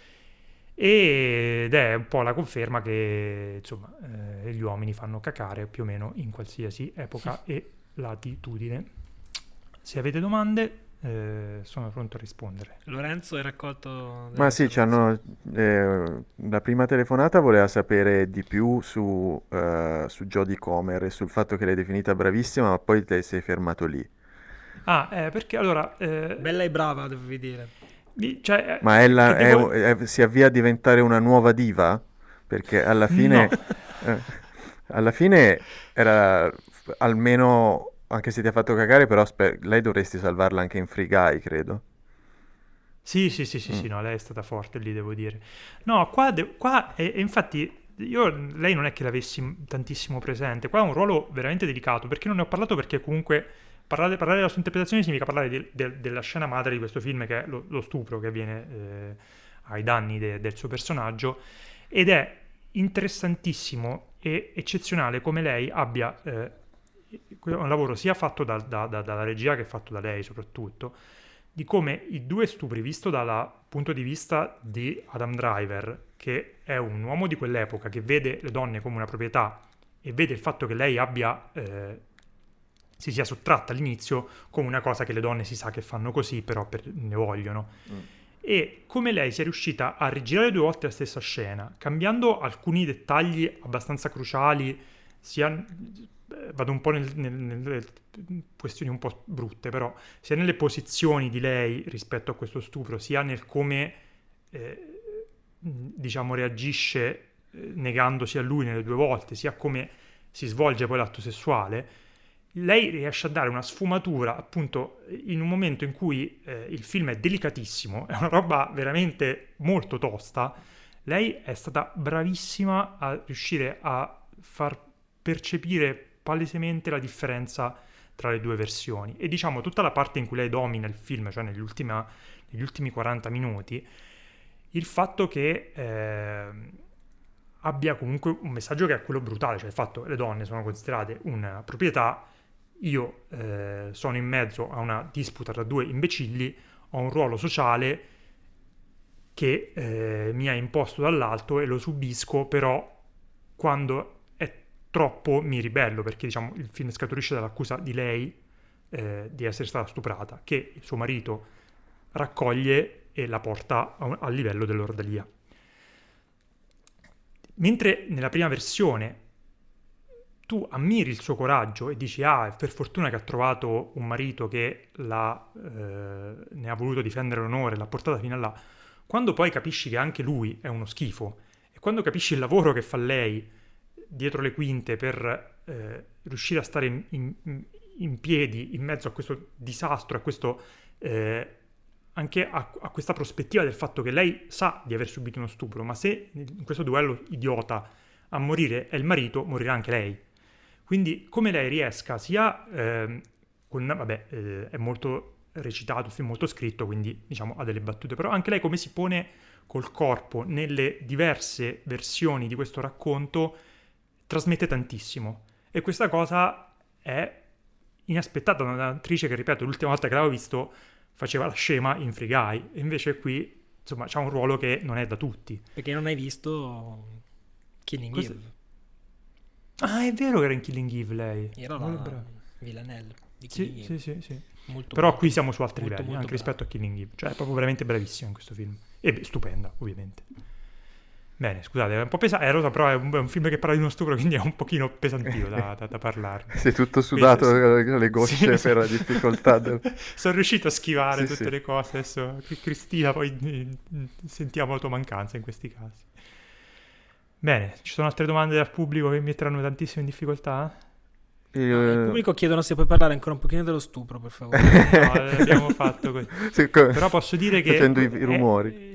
[SPEAKER 2] Ed è un po' la conferma che insomma eh, gli uomini fanno cacare più o meno in qualsiasi epoca e latitudine. Se avete domande eh, sono pronto a rispondere.
[SPEAKER 3] Lorenzo, hai raccolto?
[SPEAKER 4] Ma sì, c'hanno, eh, la prima telefonata voleva sapere di più su, uh, su Jodie Comer e sul fatto che l'hai definita bravissima, ma poi te sei fermato lì.
[SPEAKER 2] Ah, eh, perché allora... Eh...
[SPEAKER 3] Bella e brava, dovevi dire.
[SPEAKER 2] Cioè,
[SPEAKER 4] ma è la,
[SPEAKER 2] devo...
[SPEAKER 4] è, è, si avvia a diventare una nuova diva? Perché alla fine
[SPEAKER 2] no.
[SPEAKER 4] eh, alla fine era almeno, anche se ti ha fatto cagare, però sper- lei dovresti salvarla anche in Free Guy, credo.
[SPEAKER 2] Sì, sì, sì, sì, mm. sì, no, lei è stata forte lì, devo dire. No, qua, de- qua e infatti io lei non è che l'avessi tantissimo presente, qua è un ruolo veramente delicato, perché non ne ho parlato, perché comunque Parlare, parlare della sua interpretazione significa parlare di, de, della scena madre di questo film, che è lo, lo stupro che avviene eh, ai danni de, del suo personaggio, ed è interessantissimo e eccezionale come lei abbia eh, un lavoro sia fatto da, da, da, dalla regia che fatto da lei soprattutto, di come i due stupri, visto dal punto di vista di Adam Driver, che è un uomo di quell'epoca che vede le donne come una proprietà e vede il fatto che lei abbia... Eh, si sia sottratta all'inizio come una cosa che le donne si sa che fanno così, però per, ne vogliono. Mm. E come lei sia riuscita a rigirare due volte la stessa scena, cambiando alcuni dettagli abbastanza cruciali, sia, eh, vado un po' nel, nel, nelle questioni un po' brutte, però, sia nelle posizioni di lei rispetto a questo stupro, sia nel come, eh, diciamo, reagisce eh, negandosi a lui nelle due volte, sia come si svolge poi l'atto sessuale. Lei riesce a dare una sfumatura, appunto, in un momento in cui eh, il film è delicatissimo, è una roba veramente molto tosta. Lei è stata bravissima a riuscire a far percepire palesemente la differenza tra le due versioni. E diciamo, tutta la parte in cui lei domina il film, cioè negli, ultima, negli ultimi quaranta minuti, il fatto che... Eh, abbia comunque un messaggio che è quello brutale, cioè il fatto che le donne sono considerate una proprietà, io eh, sono in mezzo a una disputa tra due imbecilli, ho un ruolo sociale che eh, mi è imposto dall'alto e lo subisco, però quando è troppo mi ribello, perché diciamo il film scaturisce dall'accusa di lei eh, di essere stata stuprata, che il suo marito raccoglie e la porta a un, al livello dell'ordalia. Mentre nella prima versione tu ammiri il suo coraggio e dici ah, per fortuna che ha trovato un marito che l'ha, eh, ne ha voluto difendere l'onore, l'ha portata fino a là, quando poi capisci che anche lui è uno schifo e quando capisci il lavoro che fa lei dietro le quinte per eh, riuscire a stare in, in, in piedi in mezzo a questo disastro, a questo... Eh, anche a, a questa prospettiva del fatto che lei sa di aver subito uno stupro, ma se in questo duello idiota a morire è il marito, morirà anche lei. Quindi come lei riesca sia eh, con, vabbè, eh, è molto recitato, il film molto scritto, quindi diciamo ha delle battute, però anche lei come si pone col corpo nelle diverse versioni di questo racconto trasmette tantissimo. E questa cosa è inaspettata da un'attrice che, ripeto, l'ultima volta che l'avevo visto faceva la scema in Free Guy, e invece qui, insomma, c'ha un ruolo che non è da tutti.
[SPEAKER 3] Perché non hai visto Killing
[SPEAKER 2] Questo...
[SPEAKER 3] Eve?
[SPEAKER 2] Ah, è vero che era in Killing Eve lei.
[SPEAKER 3] Era
[SPEAKER 2] Molto
[SPEAKER 3] la
[SPEAKER 2] brava.
[SPEAKER 3] Villanelle di
[SPEAKER 2] Sì,
[SPEAKER 3] Killing Eve.
[SPEAKER 2] sì, sì, sì.
[SPEAKER 3] Molto
[SPEAKER 2] Però
[SPEAKER 3] brava.
[SPEAKER 2] qui siamo su altri
[SPEAKER 3] Molto,
[SPEAKER 2] livelli,
[SPEAKER 3] molto
[SPEAKER 2] anche
[SPEAKER 3] brava.
[SPEAKER 2] rispetto a Killing Eve. Cioè, è proprio veramente bravissima in questo film. E beh, stupenda, ovviamente. Bene, scusate, è un po' pesante, eh, però è un, è un film che parla di uno stupro, quindi è un pochino pesantino da, da, da parlare.
[SPEAKER 4] Sei tutto sudato,
[SPEAKER 2] Quindi,
[SPEAKER 4] le gocce
[SPEAKER 2] sì,
[SPEAKER 4] per la difficoltà del...
[SPEAKER 2] Sono riuscito a schivare
[SPEAKER 4] Sì,
[SPEAKER 2] tutte
[SPEAKER 4] sì.
[SPEAKER 2] le cose, adesso Cristina, poi eh, sentiamo la tua mancanza in questi casi. Bene, ci sono altre domande dal pubblico che mi metteranno tantissimo in difficoltà?
[SPEAKER 3] Il
[SPEAKER 4] Eh,
[SPEAKER 3] pubblico chiedono se puoi parlare ancora un pochino dello stupro, per favore.
[SPEAKER 2] No, l'abbiamo fatto così.
[SPEAKER 4] sì, co-
[SPEAKER 2] Però posso dire che...
[SPEAKER 4] facendo i, i
[SPEAKER 2] eh,
[SPEAKER 4] rumori.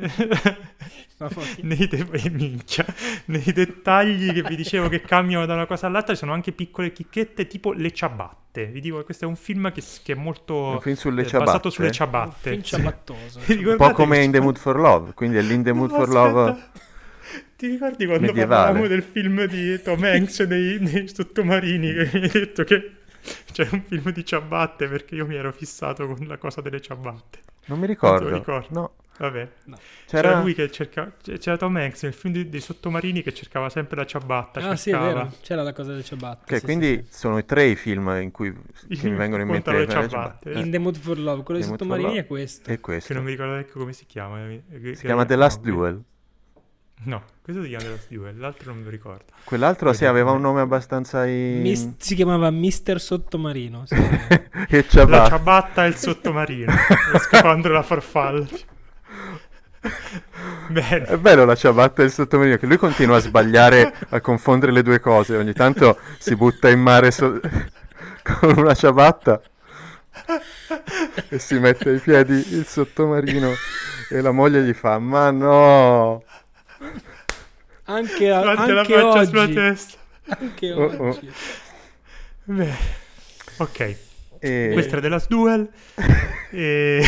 [SPEAKER 2] nei, de- eh, minchia, nei dettagli che vi dicevo che cambiano da una cosa all'altra ci sono anche piccole chicchette tipo le ciabatte. Vi dico che questo è un film che, che è molto
[SPEAKER 4] Un film sulle
[SPEAKER 2] eh,
[SPEAKER 4] ciabatte?
[SPEAKER 2] basato sulle
[SPEAKER 3] Un
[SPEAKER 2] ciabatte.
[SPEAKER 3] film
[SPEAKER 2] Sì.
[SPEAKER 3] ciabattoso.
[SPEAKER 2] Vi
[SPEAKER 4] Un
[SPEAKER 2] ricordate
[SPEAKER 4] po' come
[SPEAKER 2] che
[SPEAKER 4] In the
[SPEAKER 2] c'è-
[SPEAKER 4] Mood for Love, quindi è l'In the Mood
[SPEAKER 2] No,
[SPEAKER 4] for Love
[SPEAKER 2] aspetta. Ti ricordi quando
[SPEAKER 4] medievale.
[SPEAKER 2] parlavamo del film di Tom Hanks nei, nei sottomarini che mi hai detto che c'è un film di ciabatte perché io mi ero fissato con la cosa delle ciabatte.
[SPEAKER 4] Non mi
[SPEAKER 2] Non te
[SPEAKER 4] ricordo.
[SPEAKER 2] lo ricordi?
[SPEAKER 4] No.
[SPEAKER 2] Vabbè.
[SPEAKER 3] No.
[SPEAKER 2] C'era...
[SPEAKER 4] C'era
[SPEAKER 2] lui che cercava, c'era Tom Hanks nel film di- dei sottomarini che cercava sempre la ciabatta,
[SPEAKER 3] Ah sì, è
[SPEAKER 2] cercava...
[SPEAKER 3] vero, c'era la cosa delle ciabatte.
[SPEAKER 4] Ok,
[SPEAKER 3] sì,
[SPEAKER 4] quindi
[SPEAKER 3] sì,
[SPEAKER 4] sono i tre i film in cui che mi vengono in mente
[SPEAKER 2] Contano le
[SPEAKER 4] le
[SPEAKER 2] ciabatte.
[SPEAKER 3] sì.
[SPEAKER 4] Eh,
[SPEAKER 3] In the Mood for Love, quello dei
[SPEAKER 4] In the Mood for
[SPEAKER 3] sottomarini
[SPEAKER 4] Love.
[SPEAKER 3] è questo.
[SPEAKER 4] E
[SPEAKER 2] Che
[SPEAKER 4] questo.
[SPEAKER 2] non mi ricordo neanche come si chiama. eh, che-
[SPEAKER 4] Si
[SPEAKER 2] che-
[SPEAKER 4] chiama The
[SPEAKER 2] no,
[SPEAKER 4] Last
[SPEAKER 2] que-
[SPEAKER 4] Duel.
[SPEAKER 2] No, questo si chiama The Last Duel, l'altro non me lo ricordo.
[SPEAKER 4] Quell'altro sì,
[SPEAKER 2] Vedi,
[SPEAKER 4] aveva un
[SPEAKER 2] come-
[SPEAKER 4] nome abbastanza in...
[SPEAKER 3] Mis- si chiamava mister Sottomarino. sì.
[SPEAKER 4] e
[SPEAKER 2] La
[SPEAKER 4] ciabatte.
[SPEAKER 2] ciabatta e il sottomarino, scappando la farfalla. Bene.
[SPEAKER 4] È bello la ciabatta e il sottomarino, che lui continua a sbagliare, a confondere le due cose. Ogni tanto si butta in mare so- con una ciabatta e si mette ai piedi il sottomarino e la moglie gli fa: ma no!
[SPEAKER 3] Anche, a-
[SPEAKER 2] Sbatte la
[SPEAKER 3] anche
[SPEAKER 2] faccia sulla
[SPEAKER 3] oggi.
[SPEAKER 2] testa.
[SPEAKER 3] Anche
[SPEAKER 4] Oh, oh.
[SPEAKER 3] oggi.
[SPEAKER 2] Bene. Ok,
[SPEAKER 4] E...
[SPEAKER 2] questo è The Last Duel. E...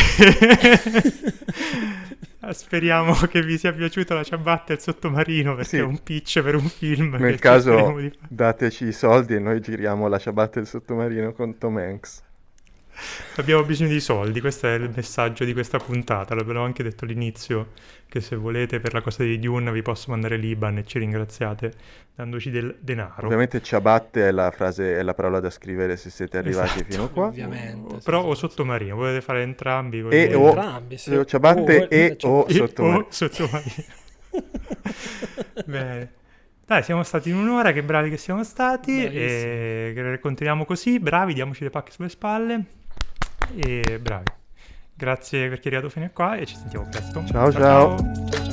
[SPEAKER 2] Speriamo che vi sia piaciuta la ciabatta e il sottomarino, perché
[SPEAKER 4] Sì.
[SPEAKER 2] è un pitch per un film.
[SPEAKER 4] Nel
[SPEAKER 2] che
[SPEAKER 4] caso
[SPEAKER 2] cercheremo di fare.
[SPEAKER 4] dateci i soldi e noi giriamo la ciabatta e il sottomarino con Tom Hanks.
[SPEAKER 2] Abbiamo bisogno di soldi, questo è il messaggio di questa puntata. L'avevo anche detto all'inizio, che se volete per la cosa di Dune vi posso mandare l'I B A N e ci ringraziate dandoci del denaro.
[SPEAKER 4] Ovviamente ciabatte è la frase, è la parola da scrivere se siete arrivati
[SPEAKER 2] Esatto.
[SPEAKER 4] fino qua.
[SPEAKER 3] Ovviamente. sì,
[SPEAKER 2] Però
[SPEAKER 3] sì,
[SPEAKER 2] o
[SPEAKER 3] sì.
[SPEAKER 2] sottomarino, potete fare entrambi. così.
[SPEAKER 4] E
[SPEAKER 3] O
[SPEAKER 4] o-
[SPEAKER 3] entrambi, sì.
[SPEAKER 4] o ciabatte
[SPEAKER 3] O-
[SPEAKER 4] e
[SPEAKER 3] cioè-
[SPEAKER 4] o
[SPEAKER 2] E-
[SPEAKER 4] sottomarino.
[SPEAKER 2] o sottomarino. Bene. Dai, siamo stati in un'ora, che bravi che siamo stati.
[SPEAKER 3] Bravissimi.
[SPEAKER 2] E che continuiamo così, bravi, diamoci le pacche sulle spalle. E bravi. Grazie perché è arrivato fino a qua e ci sentiamo presto.
[SPEAKER 4] Ciao, ciao.
[SPEAKER 3] Ciao, ciao.